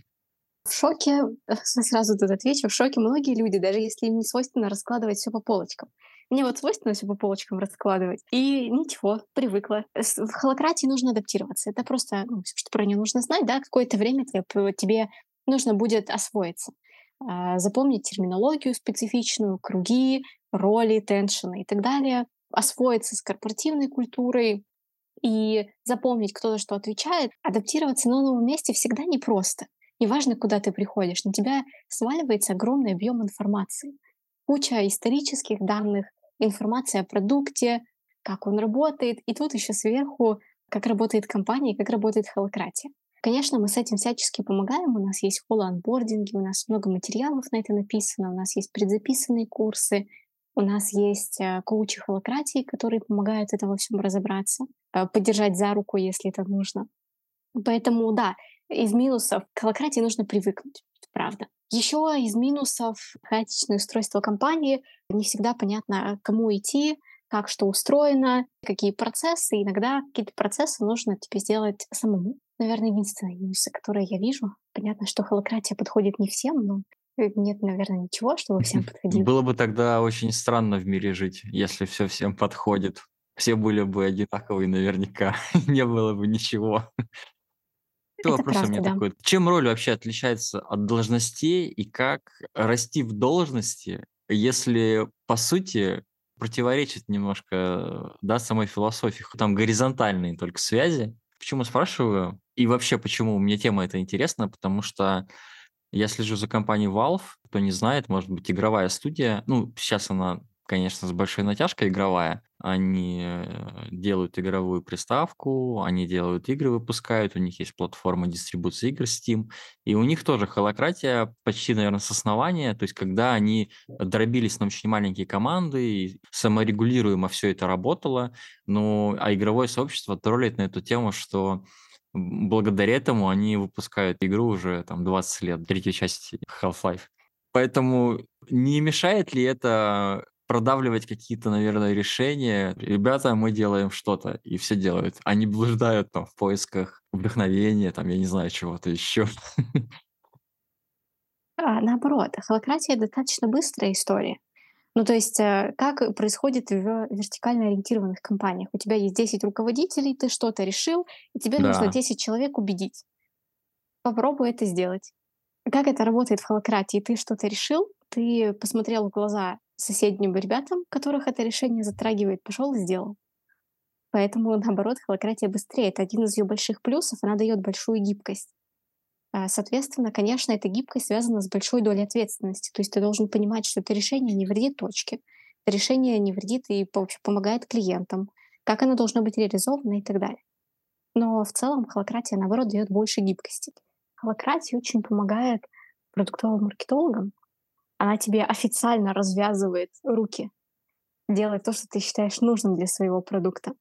В шоке, э, сразу тут отвечу, в шоке многие люди, даже если им не свойственно раскладывать все по полочкам. Мне вот свойственно все по полочкам раскладывать, и ничего, привыкла. С В холакратии нужно адаптироваться. Это просто, ну, всё, что про неё нужно знать, да, какое-то время тебе п тебе нужно будет освоиться, а, запомнить терминологию специфичную, круги, роли, теншены и так далее, освоиться с корпоративной культурой и запомнить, кто за что отвечает. Адаптироваться на новом месте всегда непросто. Неважно, куда ты приходишь, на тебя сваливается огромный объем информации. Куча исторических данных, информация о продукте, как он работает, и тут еще сверху, как работает компания, как работает холократия. Конечно, мы с этим всячески помогаем. У нас есть холло-онбординги, у нас много материалов на это написано, у нас есть предзаписанные курсы, у нас есть э, коучи холократии, которые помогают это во всем разобраться, э, поддержать за руку, если это нужно. Поэтому да, из минусов к холакратии нужно привыкнуть, это правда. Еще из минусов хаотичное устройство компании. Не всегда понятно, кому идти, как что устроено, какие процессы. Иногда какие-то процессы нужно тебе сделать самому. Наверное, единственные минусы, которые я вижу. Понятно, что холакратия подходит не всем, но э, нет, наверное, ничего, чтобы всем подходило. Было бы тогда очень странно в мире жить, если все всем подходит. Все были бы одинаковые наверняка, не было бы ничего. Такой Это вопрос у правда, меня да. такой. Чем роль вообще отличается от должностей и как расти в должности, если, по сути, противоречит немножко, да, самой философии, там горизонтальные только связи? Почему спрашиваю? И вообще, почему мне тема эта интересна, потому что я слежу за компанией Valve. Кто не знает, может быть, игровая студия. Ну, сейчас она, конечно, с большой натяжкой игровая. Они э, делают игровую приставку, они делают игры, выпускают, у них есть платформа дистрибуции игр Steam, и у них тоже холократия почти, наверное, с основания, то есть когда они дробились на очень маленькие команды, и саморегулируемо все это работало, ну, а игровое сообщество троллит на эту тему, что М, благодаря этому они выпускают игру уже там двадцать лет, третью часть Half-Life. Поэтому не мешает ли это продавливать какие-то, наверное, решения? Ребята, мы делаем что-то, и все делают. Они блуждают там в поисках вдохновения, там, я не знаю, чего-то еще. А, наоборот, холократия достаточно быстрая история. Ну, то есть, э, как происходит в вертикально ориентированных компаниях? У тебя есть десять руководителей, ты что-то решил, и тебе нужно Да. десять человек убедить. Попробуй это сделать. Как это работает в холократии? Ты что-то решил, ты посмотрел в глаза соседним ребятам, которых это решение затрагивает, пошел и сделал. Поэтому, наоборот, холократия быстрее. Это один из ее больших плюсов, она дает большую гибкость. А, Соответственно, конечно, эта гибкость связана с большой долей ответственности. То есть ты должен понимать, что это решение не вредит точке, это решение не вредит и по- вообще помогает клиентам, как оно должно быть реализовано и так далее. Но в целом холократия, наоборот, дает больше гибкости. Холократия очень помогает продуктовым маркетологам. Она тебе официально развязывает руки делать то, что ты считаешь нужным для своего продукта.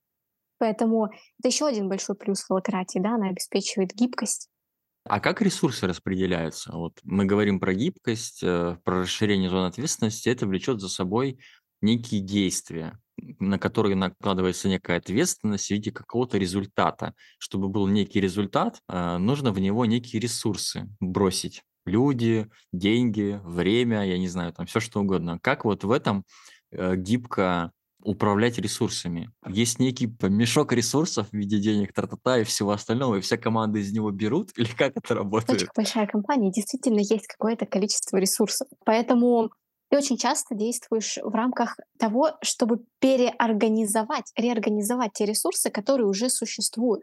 Поэтому это еще один большой плюс холократии, да, она обеспечивает гибкость. А как ресурсы распределяются? Вот мы говорим про гибкость, э, про расширение зон ответственности. Это влечет за собой некие действия, на которые накладывается некая ответственность в виде какого-то результата. Чтобы был некий результат, э, нужно в него некие ресурсы бросить. Люди, деньги, время, я не знаю, там все что угодно. Как вот в этом э, гибко управлять ресурсами? Есть некий п мешок ресурсов в виде денег, тра-та-та и всего остального, и вся команда из него берут, или как это работает? Точка большая компания, действительно есть какое-то количество ресурсов. Поэтому ты очень часто действуешь в рамках того, чтобы переорганизовать, реорганизовать те ресурсы, которые уже существуют.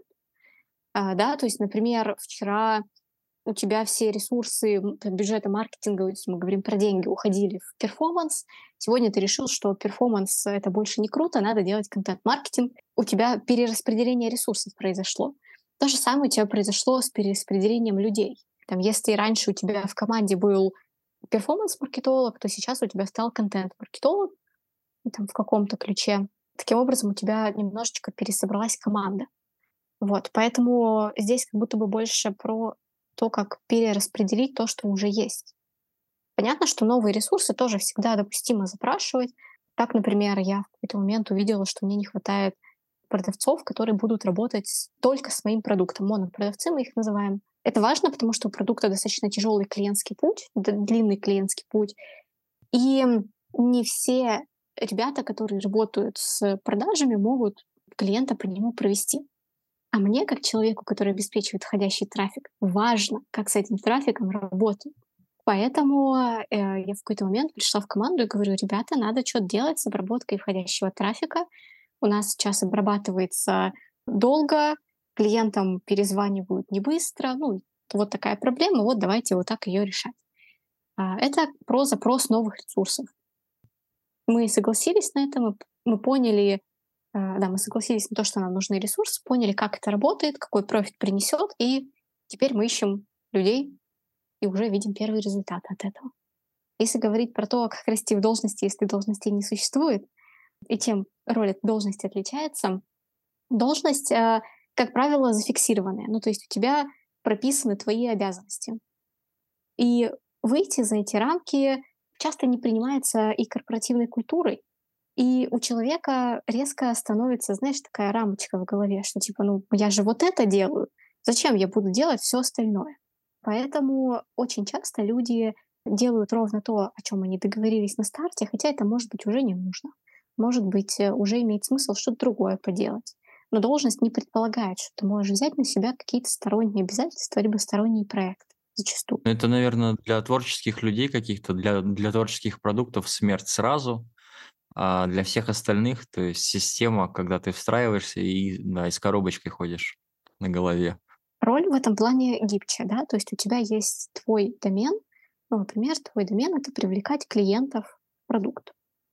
А, да, то есть, например, вчера у тебя все ресурсы м, т- бюджета маркетинга, если мы говорим про деньги, уходили в перформанс. Сегодня ты решил, что перформанс — это больше не круто, надо делать контент-маркетинг. У тебя перераспределение ресурсов произошло. То же самое у тебя произошло с перераспределением людей. Там, если раньше у тебя в команде был перформанс-маркетолог, то сейчас у тебя стал контент-маркетолог, ну, там, в каком-то ключе. Таким образом, у тебя немножечко пересобралась команда. Вот, поэтому здесь как будто бы больше про то, как перераспределить то, что уже есть. Понятно, что новые ресурсы тоже всегда допустимо запрашивать. Так, например, я в какой-то момент увидела, что мне не хватает продавцов, которые будут работать с- только с моим продуктом. Монопродавцы мы их называем. Это важно, потому что у продукта достаточно тяжелый клиентский путь, д- длинный клиентский путь. И не все ребята, которые работают с продажами, могут клиента по нему провести. А мне, как человеку, который обеспечивает входящий трафик, важно, как с этим трафиком работать. Поэтому э, я в какой-то момент пришла в команду и говорю: ребята, надо что-то делать с обработкой входящего трафика. У нас сейчас обрабатывается долго, клиентам перезванивают не быстро. Ну, вот такая проблема, вот давайте вот так ее решать. А, Это про запрос новых ресурсов. Мы согласились на это, мы, п- мы поняли, а, да, мы согласились на то, что нам нужны ресурсы, поняли, как это работает, какой профит принесет, и теперь мы ищем людей и уже видим первые результаты от этого. Если говорить про то, как расти в должности, если должностей не существует, и чем роль этой должности отличается, должность, а, как правило, зафиксированная. Ну, то есть у тебя прописаны твои обязанности. И выйти за эти рамки часто не принимается и корпоративной культурой. И у человека резко становится, знаешь, такая рамочка в голове, что типа, ну, я же вот это делаю, зачем я буду делать все остальное? Поэтому очень часто люди делают ровно то, о чем они договорились на старте, хотя это, может быть, уже не нужно. Может быть, э, уже имеет смысл что-то другое поделать. Но должность не предполагает, что ты можешь взять на себя какие-то сторонние обязательства, либо сторонний проект зачастую. Ну, это, наверное, для творческих людей каких-то, для для творческих продуктов смерть сразу, а для всех остальных, то есть система, когда ты встраиваешься и, да, и с коробочкой ходишь на голове. Роль в этом плане гибче, да, то есть у тебя есть твой домен, ну, например, твой домен — это привлекать клиентов в продукт.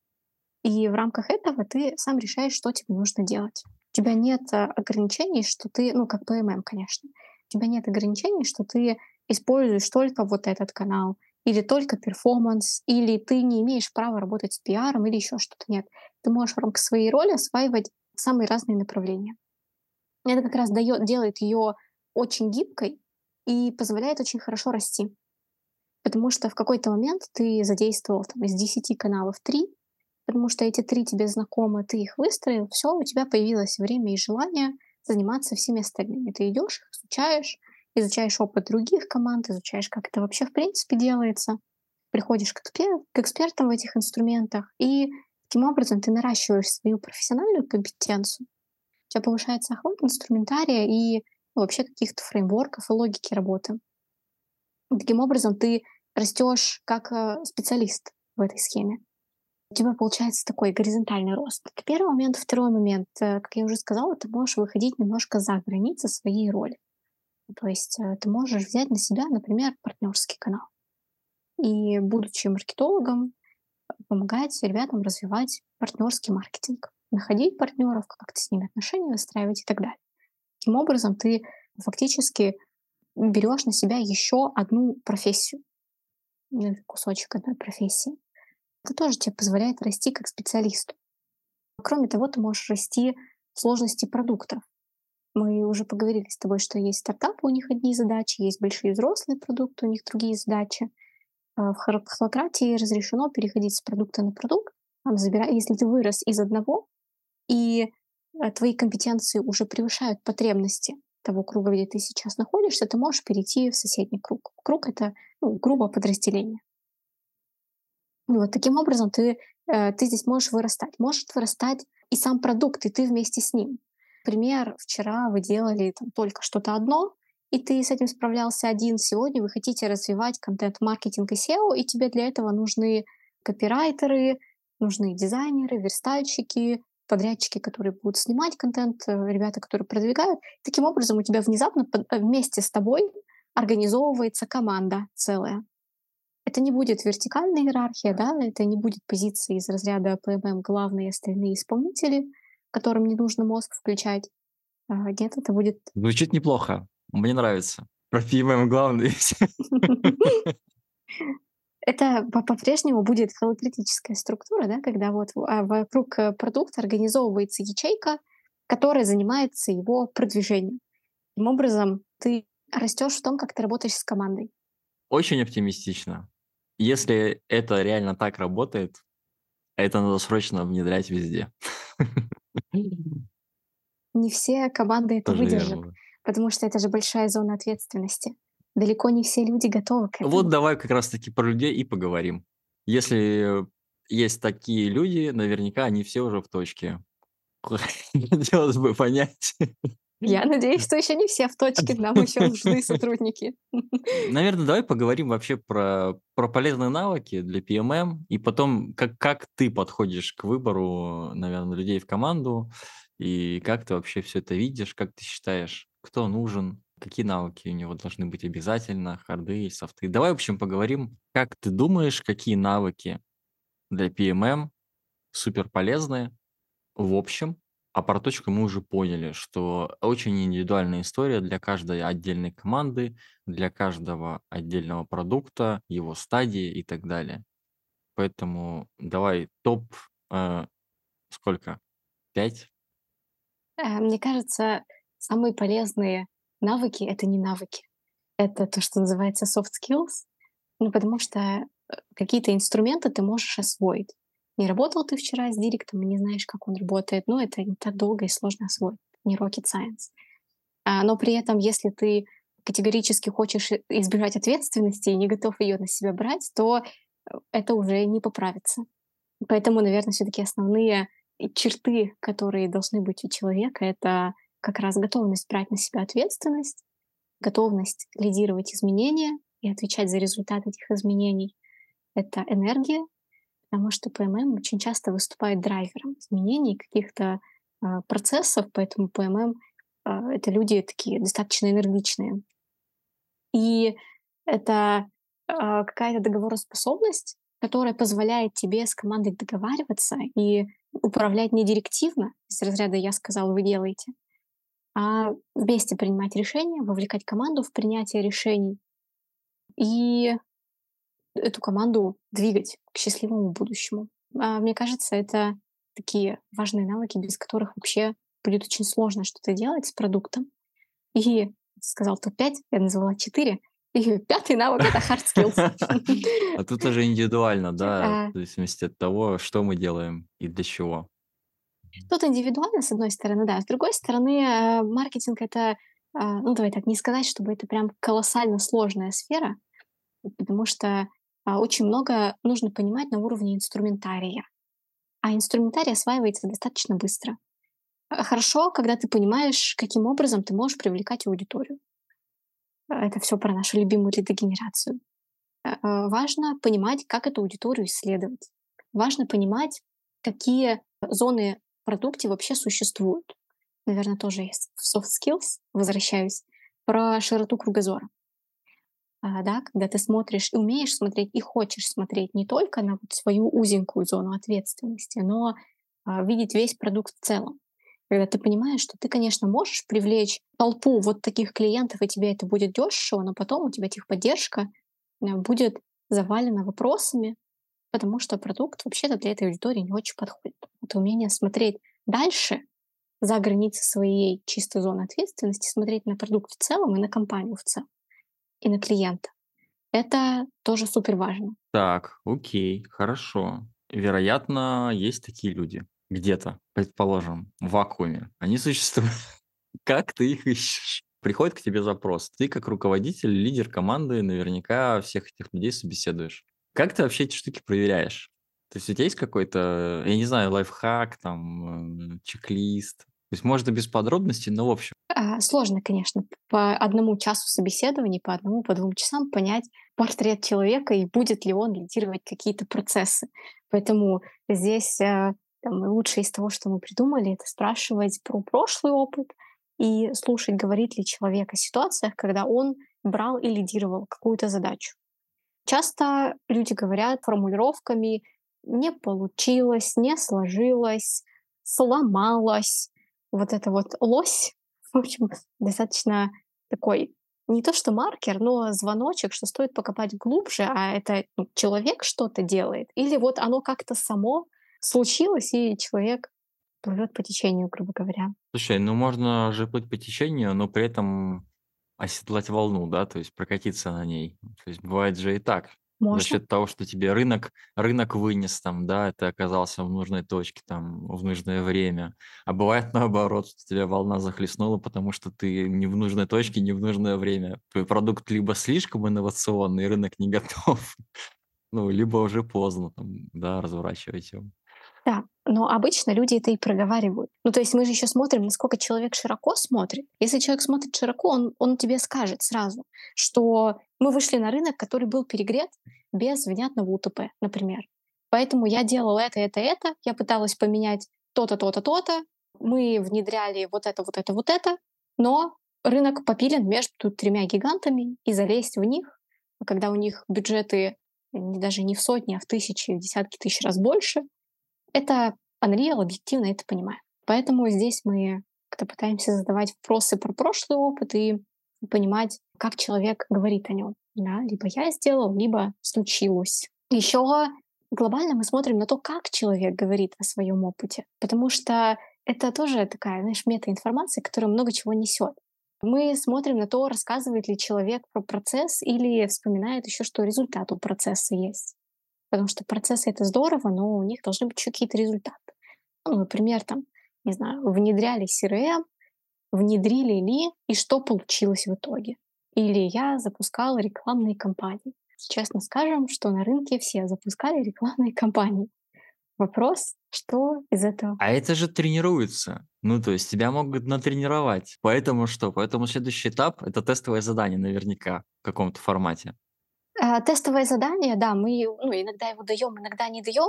И в рамках этого ты сам решаешь, что тебе нужно делать. У тебя нет а, ограничений, что ты, ну, как P M M, конечно, у тебя нет ограничений, что ты используешь только вот этот канал, или только перформанс, или ты не имеешь права работать с пиаром, или еще что-то. Нет. Ты можешь в рамках своей роли осваивать самые разные направления. Это как раз дает, делает ее очень гибкой и позволяет очень хорошо расти. Потому что в какой-то момент ты задействовал там, из десяти каналов три, потому что эти три тебе знакомы, ты их выстроил, все, у тебя появилось время и желание заниматься всеми остальными. Ты идешь, их изучаешь, изучаешь опыт других команд, изучаешь, как это вообще в принципе делается, приходишь к, экспер- к экспертам в этих инструментах, и таким образом ты наращиваешь свою профессиональную компетенцию, у тебя повышается охват инструментария и ну, вообще каких-то фреймворков и логики работы. И таким образом ты растешь как э, специалист в этой схеме. У тебя получается такой горизонтальный рост. Это первый момент. Второй момент, э, как я уже сказала, ты можешь выходить немножко за границы своей роли. То есть э, ты можешь взять на себя, например, партнерский канал. И, будучи маркетологом, помогать ребятам развивать партнерский маркетинг, находить партнеров, как-то с ними отношения выстраивать и так далее. Таким образом, ты фактически берешь на себя еще одну профессию, ну, кусочек одной профессии. Это тоже тебе позволяет расти как специалисту. Кроме того, ты можешь расти в сложности продуктов. Мы уже поговорили с тобой, что есть стартапы, у них одни задачи, есть большие взрослые продукты, у них другие задачи. А В хор- холакратии разрешено переходить с продукта на продукт. Там забира- Если ты вырос из одного, и э, твои компетенции уже превышают потребности того круга, где ты сейчас находишься, ты можешь перейти в соседний круг. Круг — это, ну, грубо, подразделение. И вот таким образом ты, э, ты здесь можешь вырастать. Может вырастать и сам продукт, и ты вместе с ним. Например, вчера вы делали там только что-то одно, и ты с этим справлялся один. Сегодня вы хотите развивать контент-маркетинг и сео, и тебе для этого нужны копирайтеры, нужны дизайнеры, верстальщики, подрядчики, которые будут снимать контент, э, ребята, которые продвигают. Таким образом, у тебя внезапно под- э, вместе с тобой организовывается команда целая. Это не будет вертикальная иерархия, да, это не будет позиции из разряда P M M главные, остальные исполнители, которым не нужно мозг включать. А, Нет, это будет... Звучит неплохо. Мне нравится. Про P M M главное. Это по- по-прежнему будет холократическая структура, да, когда вот в- а, вокруг э, продукта организовывается ячейка, которая занимается его продвижением. Таким образом, ты растешь в том, как ты работаешь с командой. Очень оптимистично. Если это реально так работает, это надо срочно внедрять везде. Не все команды это Тоже выдержат, верно. потому что это же большая зона ответственности. Далеко не все люди готовы к Вот этому. давай как раз-таки про людей и поговорим. Если есть такие люди, наверняка они все уже в точке. Хотелось бы понять. Я надеюсь, что еще не все в точке, нам еще нужны сотрудники. Наверное, давай поговорим вообще про, про полезные навыки для P M M, и потом, как, как ты подходишь к выбору, наверное, людей в команду, и как ты вообще все это видишь, как ты считаешь, кто нужен, какие навыки у него должны быть обязательно, харды и софты. Давай, в общем, поговорим, как ты думаешь, какие навыки для P M M супер полезные, в общем, а про точку мы уже поняли, что очень индивидуальная история для каждой отдельной команды, для каждого отдельного продукта, его стадии и так далее. Поэтому давай топ, э, сколько? Пять? Э, Мне кажется, самые полезные навыки — это не навыки. Это то, что называется soft skills. Ну, потому что э, какие-то инструменты ты можешь освоить. Не работал ты вчера с директом и не знаешь, как он работает, но это не так долго и сложно освоить. Не rocket science. А, но при этом, если ты категорически хочешь и- избежать ответственности и не готов ее на себя брать, то э, это уже не поправится. Поэтому, наверное, все-таки основные и черты, которые должны быть у человека, это как раз готовность брать на себя ответственность, готовность лидировать изменения и отвечать за результат этих изменений. Это энергия, потому что P M M очень часто выступает драйвером изменений каких-то а, процессов, поэтому P M M а, Это люди такие достаточно энергичные. И это а, какая-то договороспособность, которая позволяет тебе с командой договариваться и управлять не директивно, из разряда «я сказал, вы делаете», а вместе принимать решения, вовлекать команду в принятие решений и эту команду двигать к счастливому будущему. А, Мне кажется, это такие важные навыки, без которых вообще будет очень сложно что-то делать с продуктом. И сказал топ пять, я назвала четыре. И пятый навык — это hard skills. А тут уже индивидуально, да, А, в зависимости от того, что мы делаем и для чего. Тут индивидуально, с одной стороны, да. С другой стороны, э, маркетинг — это, а, ну, давай так, не сказать, чтобы это прям колоссально сложная сфера, потому что а, очень много нужно понимать на уровне инструментария. А инструментарий осваивается достаточно быстро. А, Хорошо, когда ты понимаешь, каким образом ты можешь привлекать аудиторию. А, Это все про нашу любимую лидогенерацию. А, а, Важно понимать, как эту аудиторию исследовать. Важно понимать, какие зоны в продукте вообще существуют. Наверное, тоже есть в soft skills, возвращаюсь, про широту кругозора. А, да, когда ты смотришь и умеешь смотреть, и хочешь смотреть не только на вот свою узенькую зону ответственности, но а, видеть весь продукт в целом. Когда ты понимаешь, что ты, конечно, можешь привлечь толпу вот таких клиентов, и тебе это будет дешево, но потом у тебя техподдержка э, будет завалена вопросами, потому что продукт вообще-то для этой аудитории не очень подходит. Это умение смотреть дальше, за границы своей чистой зоны ответственности, смотреть на продукт в целом и на компанию в целом, и на клиента. Это тоже супер важно. Так, окей, хорошо. Вероятно, есть такие люди где-то, предположим, в вакууме. Они существуют. Как ты их ищешь? Приходит к тебе запрос. Ты как руководитель, лидер команды, наверняка всех этих людей собеседуешь. Как ты вообще эти штуки проверяешь? То есть у тебя есть какой-то, я не знаю, лайфхак, там, э, чек-лист? То есть можно без подробностей, но в общем. А, Сложно, конечно, по одному часу собеседований, по одному, по двум часам понять портрет человека и будет ли он лидировать какие-то процессы. Поэтому здесь э, там, лучшее из того, что мы придумали, это спрашивать про прошлый опыт и слушать, говорит ли человек о ситуациях, когда он брал и лидировал какую-то задачу. Часто люди говорят формулировками «не получилось», «не сложилось», «сломалось». Вот это вот лось, в общем, достаточно такой не то что маркер, но звоночек, что стоит покопать глубже, а это ну, человек что-то делает, или вот оно как-то само случилось, и человек плывет по течению, грубо говоря. Слушай, ну можно же плыть по течению, но при этом оседлать волну, да, то есть прокатиться на ней. То есть бывает же и так. За Можно. счет того, что тебе рынок, рынок вынес там, да, ты оказался в нужной точке там в нужное время. А бывает наоборот, что тебя волна захлестнула, потому что ты не в нужной точке, не в нужное время. Твой продукт либо слишком инновационный, рынок не готов, ну, либо уже поздно там, да, разворачивать его. Да, но обычно люди это и проговаривают. Ну, то есть мы же еще смотрим, насколько человек широко смотрит. Если человек смотрит широко, он, он тебе скажет сразу, что мы вышли на рынок, который был перегрет без внятного У Т П, например. Поэтому я делала это, это, это, я пыталась поменять то-то, то-то, то-то, мы внедряли вот это, вот это, вот это, но рынок попилен между тремя гигантами, и залезть в них, когда у них бюджеты не- даже не в сотни, а в тысячи, в десятки тысяч раз больше, это Unreal, объективно это понимаю. Поэтому здесь мы как-то пытаемся задавать вопросы про прошлый опыт и понимать, как человек говорит о нем. Да? Либо я сделал, либо случилось. Еще глобально мы смотрим на то, как человек говорит о своем опыте, потому что это тоже такая, знаешь, метаинформация, которая много чего несет. Мы смотрим на то, рассказывает ли человек про процесс или вспоминает еще, что результат у процесса есть. Потому что процессы — это здорово, но у них должны быть еще какие-то результаты. Ну, например, там, не знаю, внедряли C R M, внедрили ли, и что получилось в итоге. Или я запускала рекламные кампании. Честно скажем, что на рынке все запускали рекламные кампании. Вопрос, что из этого? А это же тренируется. Ну, то есть тебя могут натренировать. Поэтому что? Поэтому следующий этап — это тестовое задание наверняка в каком-то формате. А, Тестовое задание, да, мы ну, иногда его даем, иногда не даем.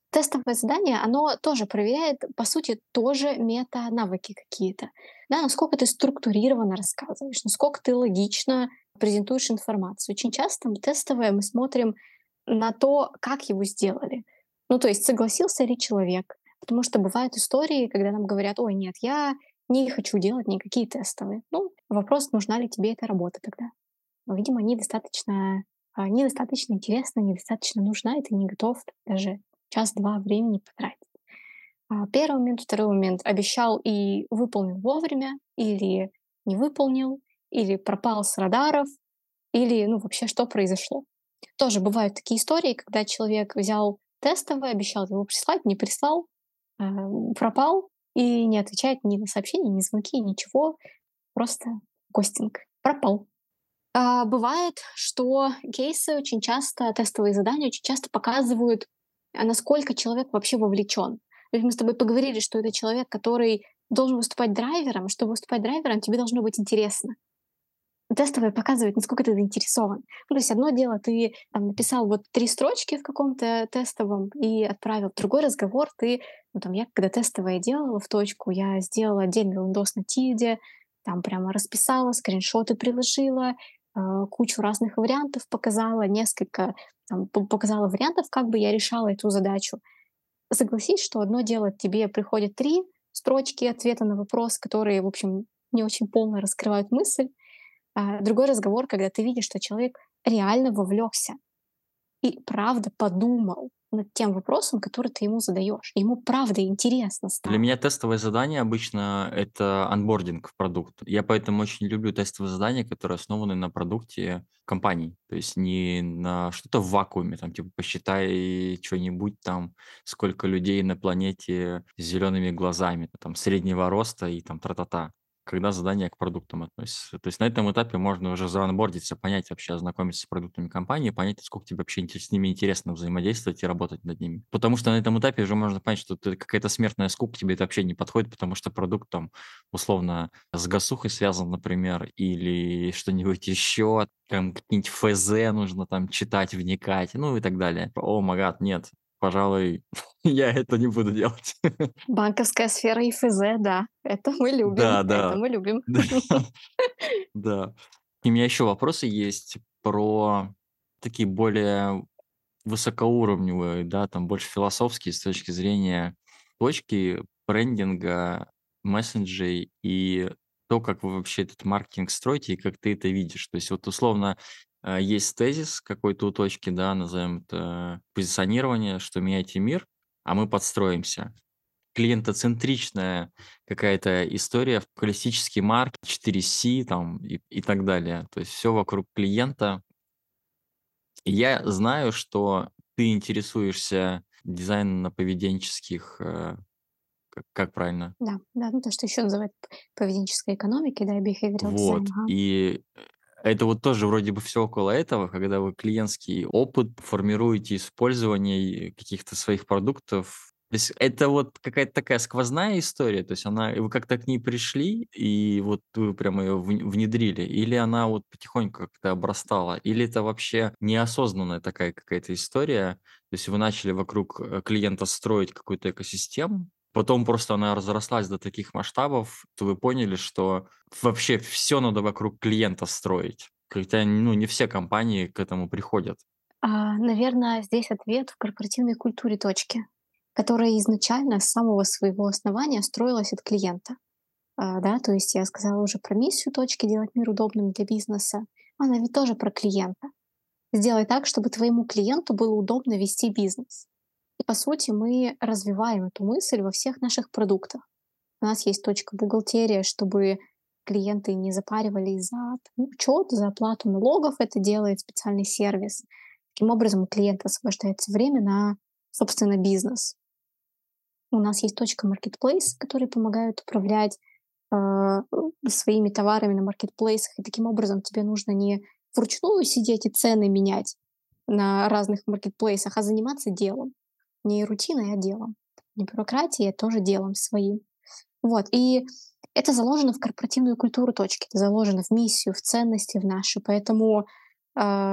Тестовое задание, оно тоже проверяет, по сути, тоже мета-навыки какие-то. Да, насколько ты структурированно рассказываешь, насколько ты логично презентуешь информацию. Очень часто мы тестовое мы смотрим на то, как его сделали. Ну, то есть согласился ли человек. Потому что бывают истории, когда нам говорят, ой, нет, я не хочу делать никакие тестовые. Ну, вопрос, нужна ли тебе эта работа тогда. Но, видимо, недостаточно, а, недостаточно интересна, недостаточно нужна, и ты не готов даже час-два времени потратить. А, Первый момент, второй момент. Обещал и выполнил вовремя, или не выполнил, или пропал с радаров, или, ну, вообще, что произошло. Тоже бывают такие истории, когда человек взял тестовое, обещал его прислать, не прислал, а, пропал и не отвечает ни на сообщения, ни на звонки, ничего, просто гостинг. Пропал. А, бывает, что кейсы очень часто, тестовые задания очень часто показывают, а, насколько человек вообще вовлечен. То есть мы с тобой поговорили, что это человек, который должен выступать драйвером. Чтобы выступать драйвером, тебе должно быть интересно. Тестовое показывает, насколько ты заинтересован. Ну, то есть одно дело, ты там, написал вот три строчки в каком-то тестовом и отправил. Другой разговор, ты, ну там я когда тестовое делала в точку, я сделала отдельный лендос на Тильде, там прямо расписала, скриншоты приложила, а, кучу разных вариантов показала, несколько там, п- показала вариантов, как бы я решала эту задачу. Согласись, что одно дело, тебе приходят три строчки ответа на вопрос, которые, в общем, не очень полно раскрывают мысль, а, другой разговор, когда ты видишь, что человек реально вовлекся и правда подумал над тем вопросом, который ты ему задаешь. Ему правда интересно Для стало. меня тестовое задание обычно это анбординг в продукт. Я поэтому очень люблю тестовые задания, которые основаны на продукте компаний. То есть не на что-то в вакууме, там, типа, посчитай что-нибудь там, сколько людей на планете с зелеными глазами, там, среднего роста и там тра-та-та. Когда задание к продуктам относится. То есть на этом этапе можно уже заонбордиться, понять вообще, ознакомиться с продуктами компании, понять, сколько тебе вообще инте- с ними интересно взаимодействовать и работать над ними. Потому что на этом этапе уже можно понять, что это какая-то смертная скука, тебе это вообще не подходит, потому что продукт там условно с гасухой связан, например, или что-нибудь еще, там какие-нибудь эф зэ нужно там читать, вникать, ну и так далее. О, магад, нет, пожалуй, я это не буду делать. Банковская сфера и эф зэ, да, это мы любим, Да, это да, мы любим. да. Да. И у меня еще вопросы есть про такие более высокоуровневые, да, там больше философские с точки зрения точки брендинга, месседжей и то, как вы вообще этот маркетинг строите и как ты это видишь. То есть вот условно э, есть тезис какой-то у точки, да, назовем это позиционирование, что меняйте мир, а мы подстроимся. Клиентоцентричная какая-то история, холистический маркет, четыре си там и, и так далее. То есть все вокруг клиента. И я знаю, что ты интересуешься дизайнно-поведенческих, э, как, как правильно? Да, да, ну то, что еще называют п- поведенческой экономикой, да, и behavioral design. Вот. Ага. И это вот тоже вроде бы все около этого, когда вы клиентский опыт формируете, использование каких-то своих продуктов. То есть это вот какая-то такая сквозная история, то есть она, вы как-то к ней пришли, и вот вы прямо ее внедрили, или она вот потихоньку как-то обрастала, или это вообще неосознанная такая какая-то история, то есть вы начали вокруг э, клиента строить какую-то экосистему, потом просто она разрослась до таких масштабов, то вы поняли, что вообще все надо вокруг клиента строить. Хотя, ну, не все компании к этому приходят. А, наверное, здесь ответ в корпоративной культуре точки, которая изначально с самого своего основания строилась от клиента. А, да, то есть я сказала уже про миссию точки делать мир удобным для бизнеса. Она ведь тоже про клиента. Сделай так, чтобы твоему клиенту было удобно вести бизнес. И по сути мы развиваем эту мысль во всех наших продуктах. У нас есть точка бухгалтерия, чтобы клиенты не запаривались за там, учет, за оплату налогов. Это делает специальный сервис. Таким образом, у клиента освобождается время на, собственно, бизнес. У нас есть точка marketplace, которые помогают управлять а, своими товарами на маркетплейсах. И таким образом тебе нужно не вручную сидеть и цены менять на разных маркетплейсах, а заниматься делом. Не рутиной, а делом. Не бюрократией, а тоже делом своим. Вот. И это заложено в корпоративную культуру точки, это заложено в миссию, в ценности в наши. Поэтому а,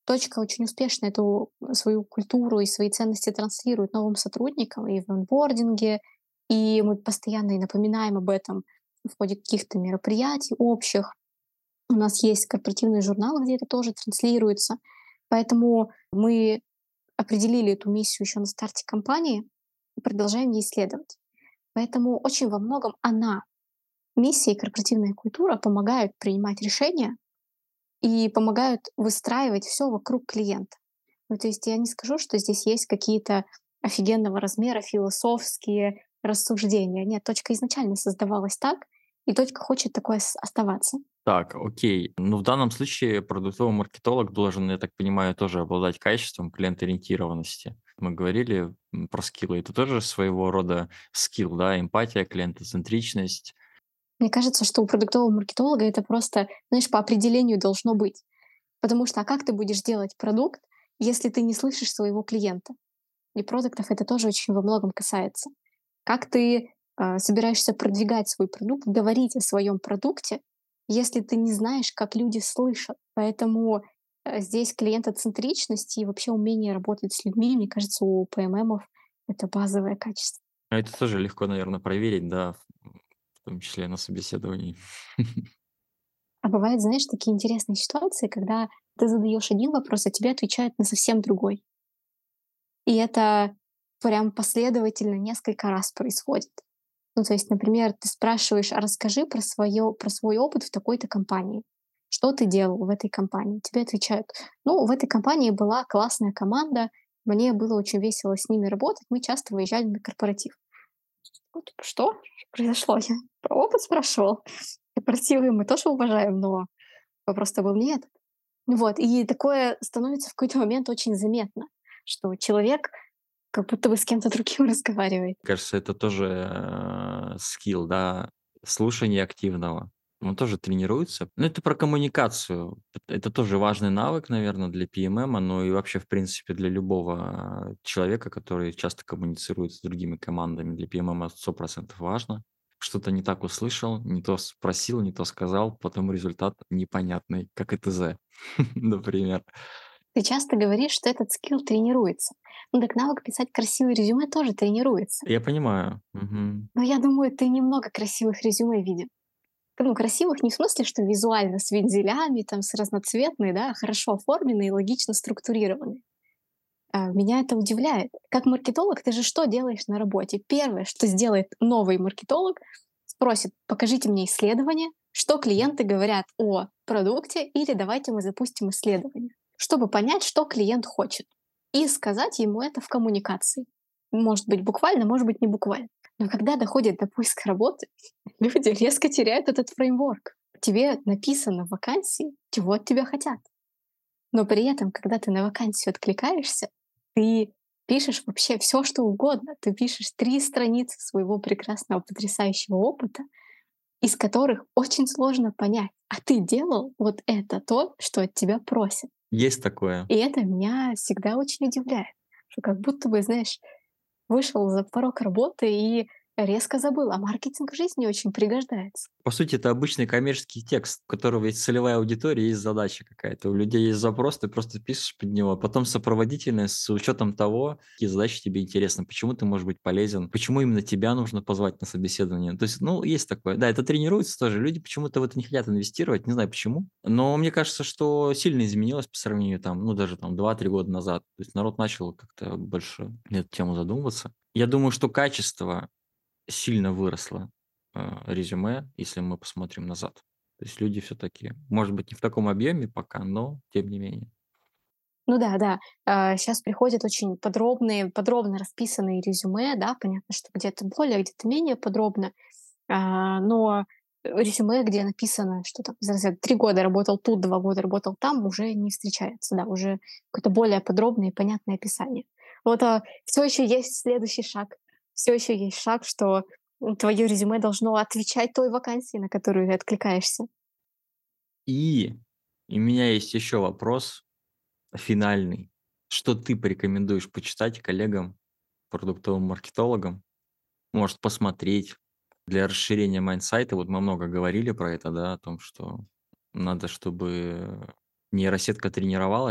Точка очень успешно эту свою культуру и свои ценности транслирует новым сотрудникам и в онбординге, и мы постоянно и напоминаем об этом в ходе каких-то мероприятий общих. У нас есть корпоративный журнал, где это тоже транслируется. Поэтому мы определили эту миссию еще на старте компании и продолжаем ей следовать. Поэтому очень во многом она, миссия и корпоративная культура, помогают принимать решения и помогают выстраивать все вокруг клиента. Ну, то есть я не скажу, что здесь есть какие-то офигенного размера философские рассуждения. Нет, точка изначально создавалась так, и точка хочет такой ос- оставаться. Так, окей. Ну, в данном случае продуктовый маркетолог должен, я так понимаю, тоже обладать качеством клиент-ориентированности. Мы говорили м, про скиллы. Это тоже своего рода скилл, да, эмпатия, клиентоцентричность. Мне кажется, что у продуктового маркетолога это просто, знаешь, по определению должно быть. Потому что а как ты будешь делать продукт, если ты не слышишь своего клиента? И продуктов это тоже очень во многом касается. Как ты а, собираешься продвигать свой продукт, говорить о своем продукте, если ты не знаешь, как люди слышат? Поэтому э, здесь клиентоцентричность и вообще умение работать с людьми, мне кажется, у P M M это базовое качество. А это тоже легко, наверное, проверить, да, в в том числе на собеседовании. А бывают, знаешь, такие интересные ситуации, когда ты задаешь один вопрос, а тебе отвечают на совсем другой. И это прям последовательно несколько раз происходит. Ну, то есть, например, ты спрашиваешь, а расскажи про, свое, про свой опыт в такой-то компании. Что ты делал в этой компании? Тебе отвечают, ну, в этой компании была классная команда, мне было очень весело с ними работать, мы часто выезжали на корпоратив. Ну, типа, что произошло? Я про опыт спрашивал. Корпоративы мы тоже уважаем, но вопрос-то был не этот. Вот, и такое становится в какой-то момент очень заметно, что человек как будто бы с кем-то другим разговаривает. Кажется, это тоже э, скилл, да, слушания активного. Он тоже тренируется. Ну, это про коммуникацию. Это это тоже важный навык, наверное, для P M M, но и вообще, в принципе, для любого э, человека, который часто коммуницирует с другими командами. Для P M M сто процентов важно. Что-то не так услышал, не то спросил, не то сказал, потом результат непонятный, как и Т З, например. Ты часто говоришь, что этот скилл тренируется. Ну так навык писать красивое резюме тоже тренируется. Я понимаю. Мгм. Но я думаю, ты немного красивых резюме видел. Ну, красивых не в смысле, что визуально с вензелями, там, с разноцветной, да, а хорошо оформленные и логично структурированные. А, Меня это удивляет. Как маркетолог, ты же что делаешь на работе? Первое, что сделает новый маркетолог, спросит, покажите мне исследование, что клиенты говорят о продукте, или давайте мы запустим исследование, чтобы понять, что клиент хочет, и сказать ему это в коммуникации. Может быть буквально, может быть не буквально. Но когда доходит до поиска работы, люди резко теряют этот фреймворк. Тебе написано в вакансии, чего от тебя хотят. Но при этом, когда ты на вакансию откликаешься, ты пишешь вообще все, что угодно. Ты пишешь три страницы своего прекрасного, потрясающего опыта, из которых очень сложно понять, а ты делал вот это то, что от тебя просят. Есть такое. И это меня всегда очень удивляет, что как будто бы, знаешь, вышел за порог работы и резко забыл, а маркетинг в жизни очень пригождается. По сути, это обычный коммерческий текст, у которого есть целевая аудитория, есть задача какая-то. У людей есть запрос, ты просто пишешь под него, а потом сопроводительное с учетом того, какие задачи тебе интересны, почему ты можешь быть полезен, почему именно тебя нужно позвать на собеседование. То есть, ну, есть такое. Да, это тренируется тоже. Люди почему-то в это не хотят инвестировать, не знаю почему. Но мне кажется, что сильно изменилось по сравнению там, ну, даже там два-три года назад. То есть народ начал как-то больше на эту тему задумываться. Я думаю, что качество сильно выросло, а, резюме, если мы посмотрим назад. То есть люди все-таки, может быть, не в таком объеме пока, но тем не менее. Ну да, да. Сейчас приходят очень подробные, подробно расписанные резюме, да, понятно, что где-то более, где-то менее подробно. А, но резюме, где написано, что там, из разряда три года работал тут, два года работал там, уже не встречается, да, уже какое-то более подробное и понятное описание. Вот все еще есть следующий шаг. Все еще есть шаг, что твое резюме должно отвечать той вакансии, на которую ты откликаешься. И у меня есть еще вопрос финальный. Что ты порекомендуешь почитать коллегам, продуктовым маркетологам? Может, посмотреть для расширения майндсайта? Вот мы много говорили про это, да, о том, что надо, чтобы нейросетка тренировалась.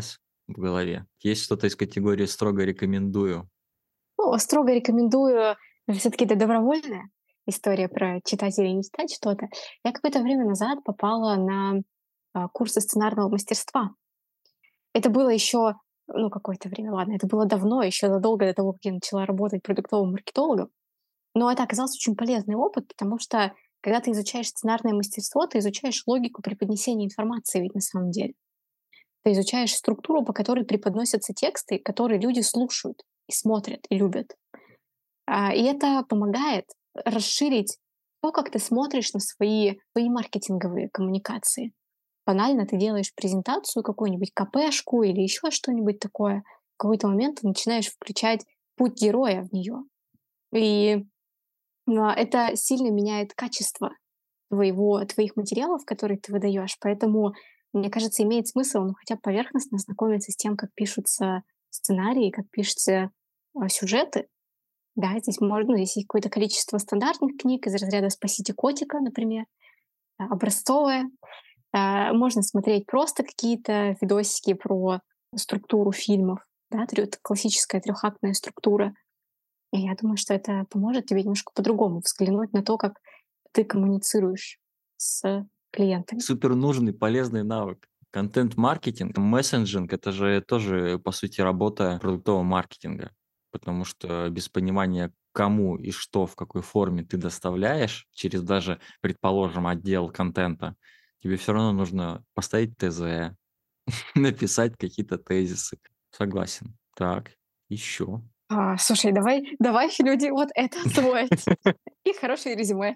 в голове? Есть что-то из категории «строго рекомендую»? Ну, строго рекомендую, все-таки это добровольная история про читать или не читать что-то. Я какое-то время назад попала на а, курсы сценарного мастерства. Это было еще, ну, какое-то время, ладно, это было давно, еще задолго до того, как я начала работать продуктовым маркетологом. Но это оказался очень полезный опыт, потому что когда ты изучаешь сценарное мастерство, ты изучаешь логику преподнесения информации ведь на самом деле. Ты изучаешь структуру, по которой преподносятся тексты, которые люди слушают и смотрят, и любят. А, И это помогает расширить то, как ты смотришь на свои, свои маркетинговые коммуникации. Банально ты делаешь презентацию, какую-нибудь КПшку или еще что-нибудь такое. В какой-то момент ты начинаешь включать путь героя в нее. И а, это сильно меняет качество твоего, твоих материалов, которые ты выдаешь. Поэтому, мне кажется, имеет смысл, ну, хотя бы поверхностно знакомиться с тем, как пишутся сценарии, как пишутся а, сюжеты. Да, здесь можно, ну, здесь есть какое-то количество стандартных книг из разряда «Спасите котика», например, а, образцовая. А, Можно смотреть просто какие-то видосики про структуру фильмов, да, трё- классическая трехактная структура. И я думаю, что это поможет тебе немножко по-другому взглянуть на то, как ты коммуницируешь с клиентами. Супер нужный, полезный навык. Контент-маркетинг, мессенджинг — это же тоже, по сути, работа продуктового маркетинга. Потому что без понимания, кому и что, в какой форме ты доставляешь через даже, предположим, отдел контента, тебе все равно нужно поставить ТЗ, написать какие-то тезисы. Согласен. Так, еще. А, слушай, давай, давай, люди, вот это освоить. И хорошее резюме.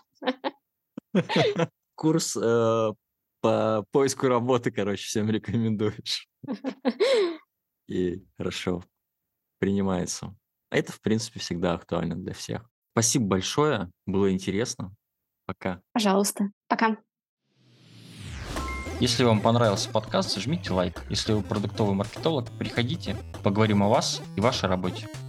Курс э, по поиску работы, короче, всем рекомендуешь. И хорошо, принимается. А это, в принципе, всегда актуально для всех. Спасибо большое, было интересно. Пока. Пожалуйста. Пока. Если вам понравился подкаст, жмите лайк. Если вы продуктовый маркетолог, приходите, поговорим о вас и вашей работе.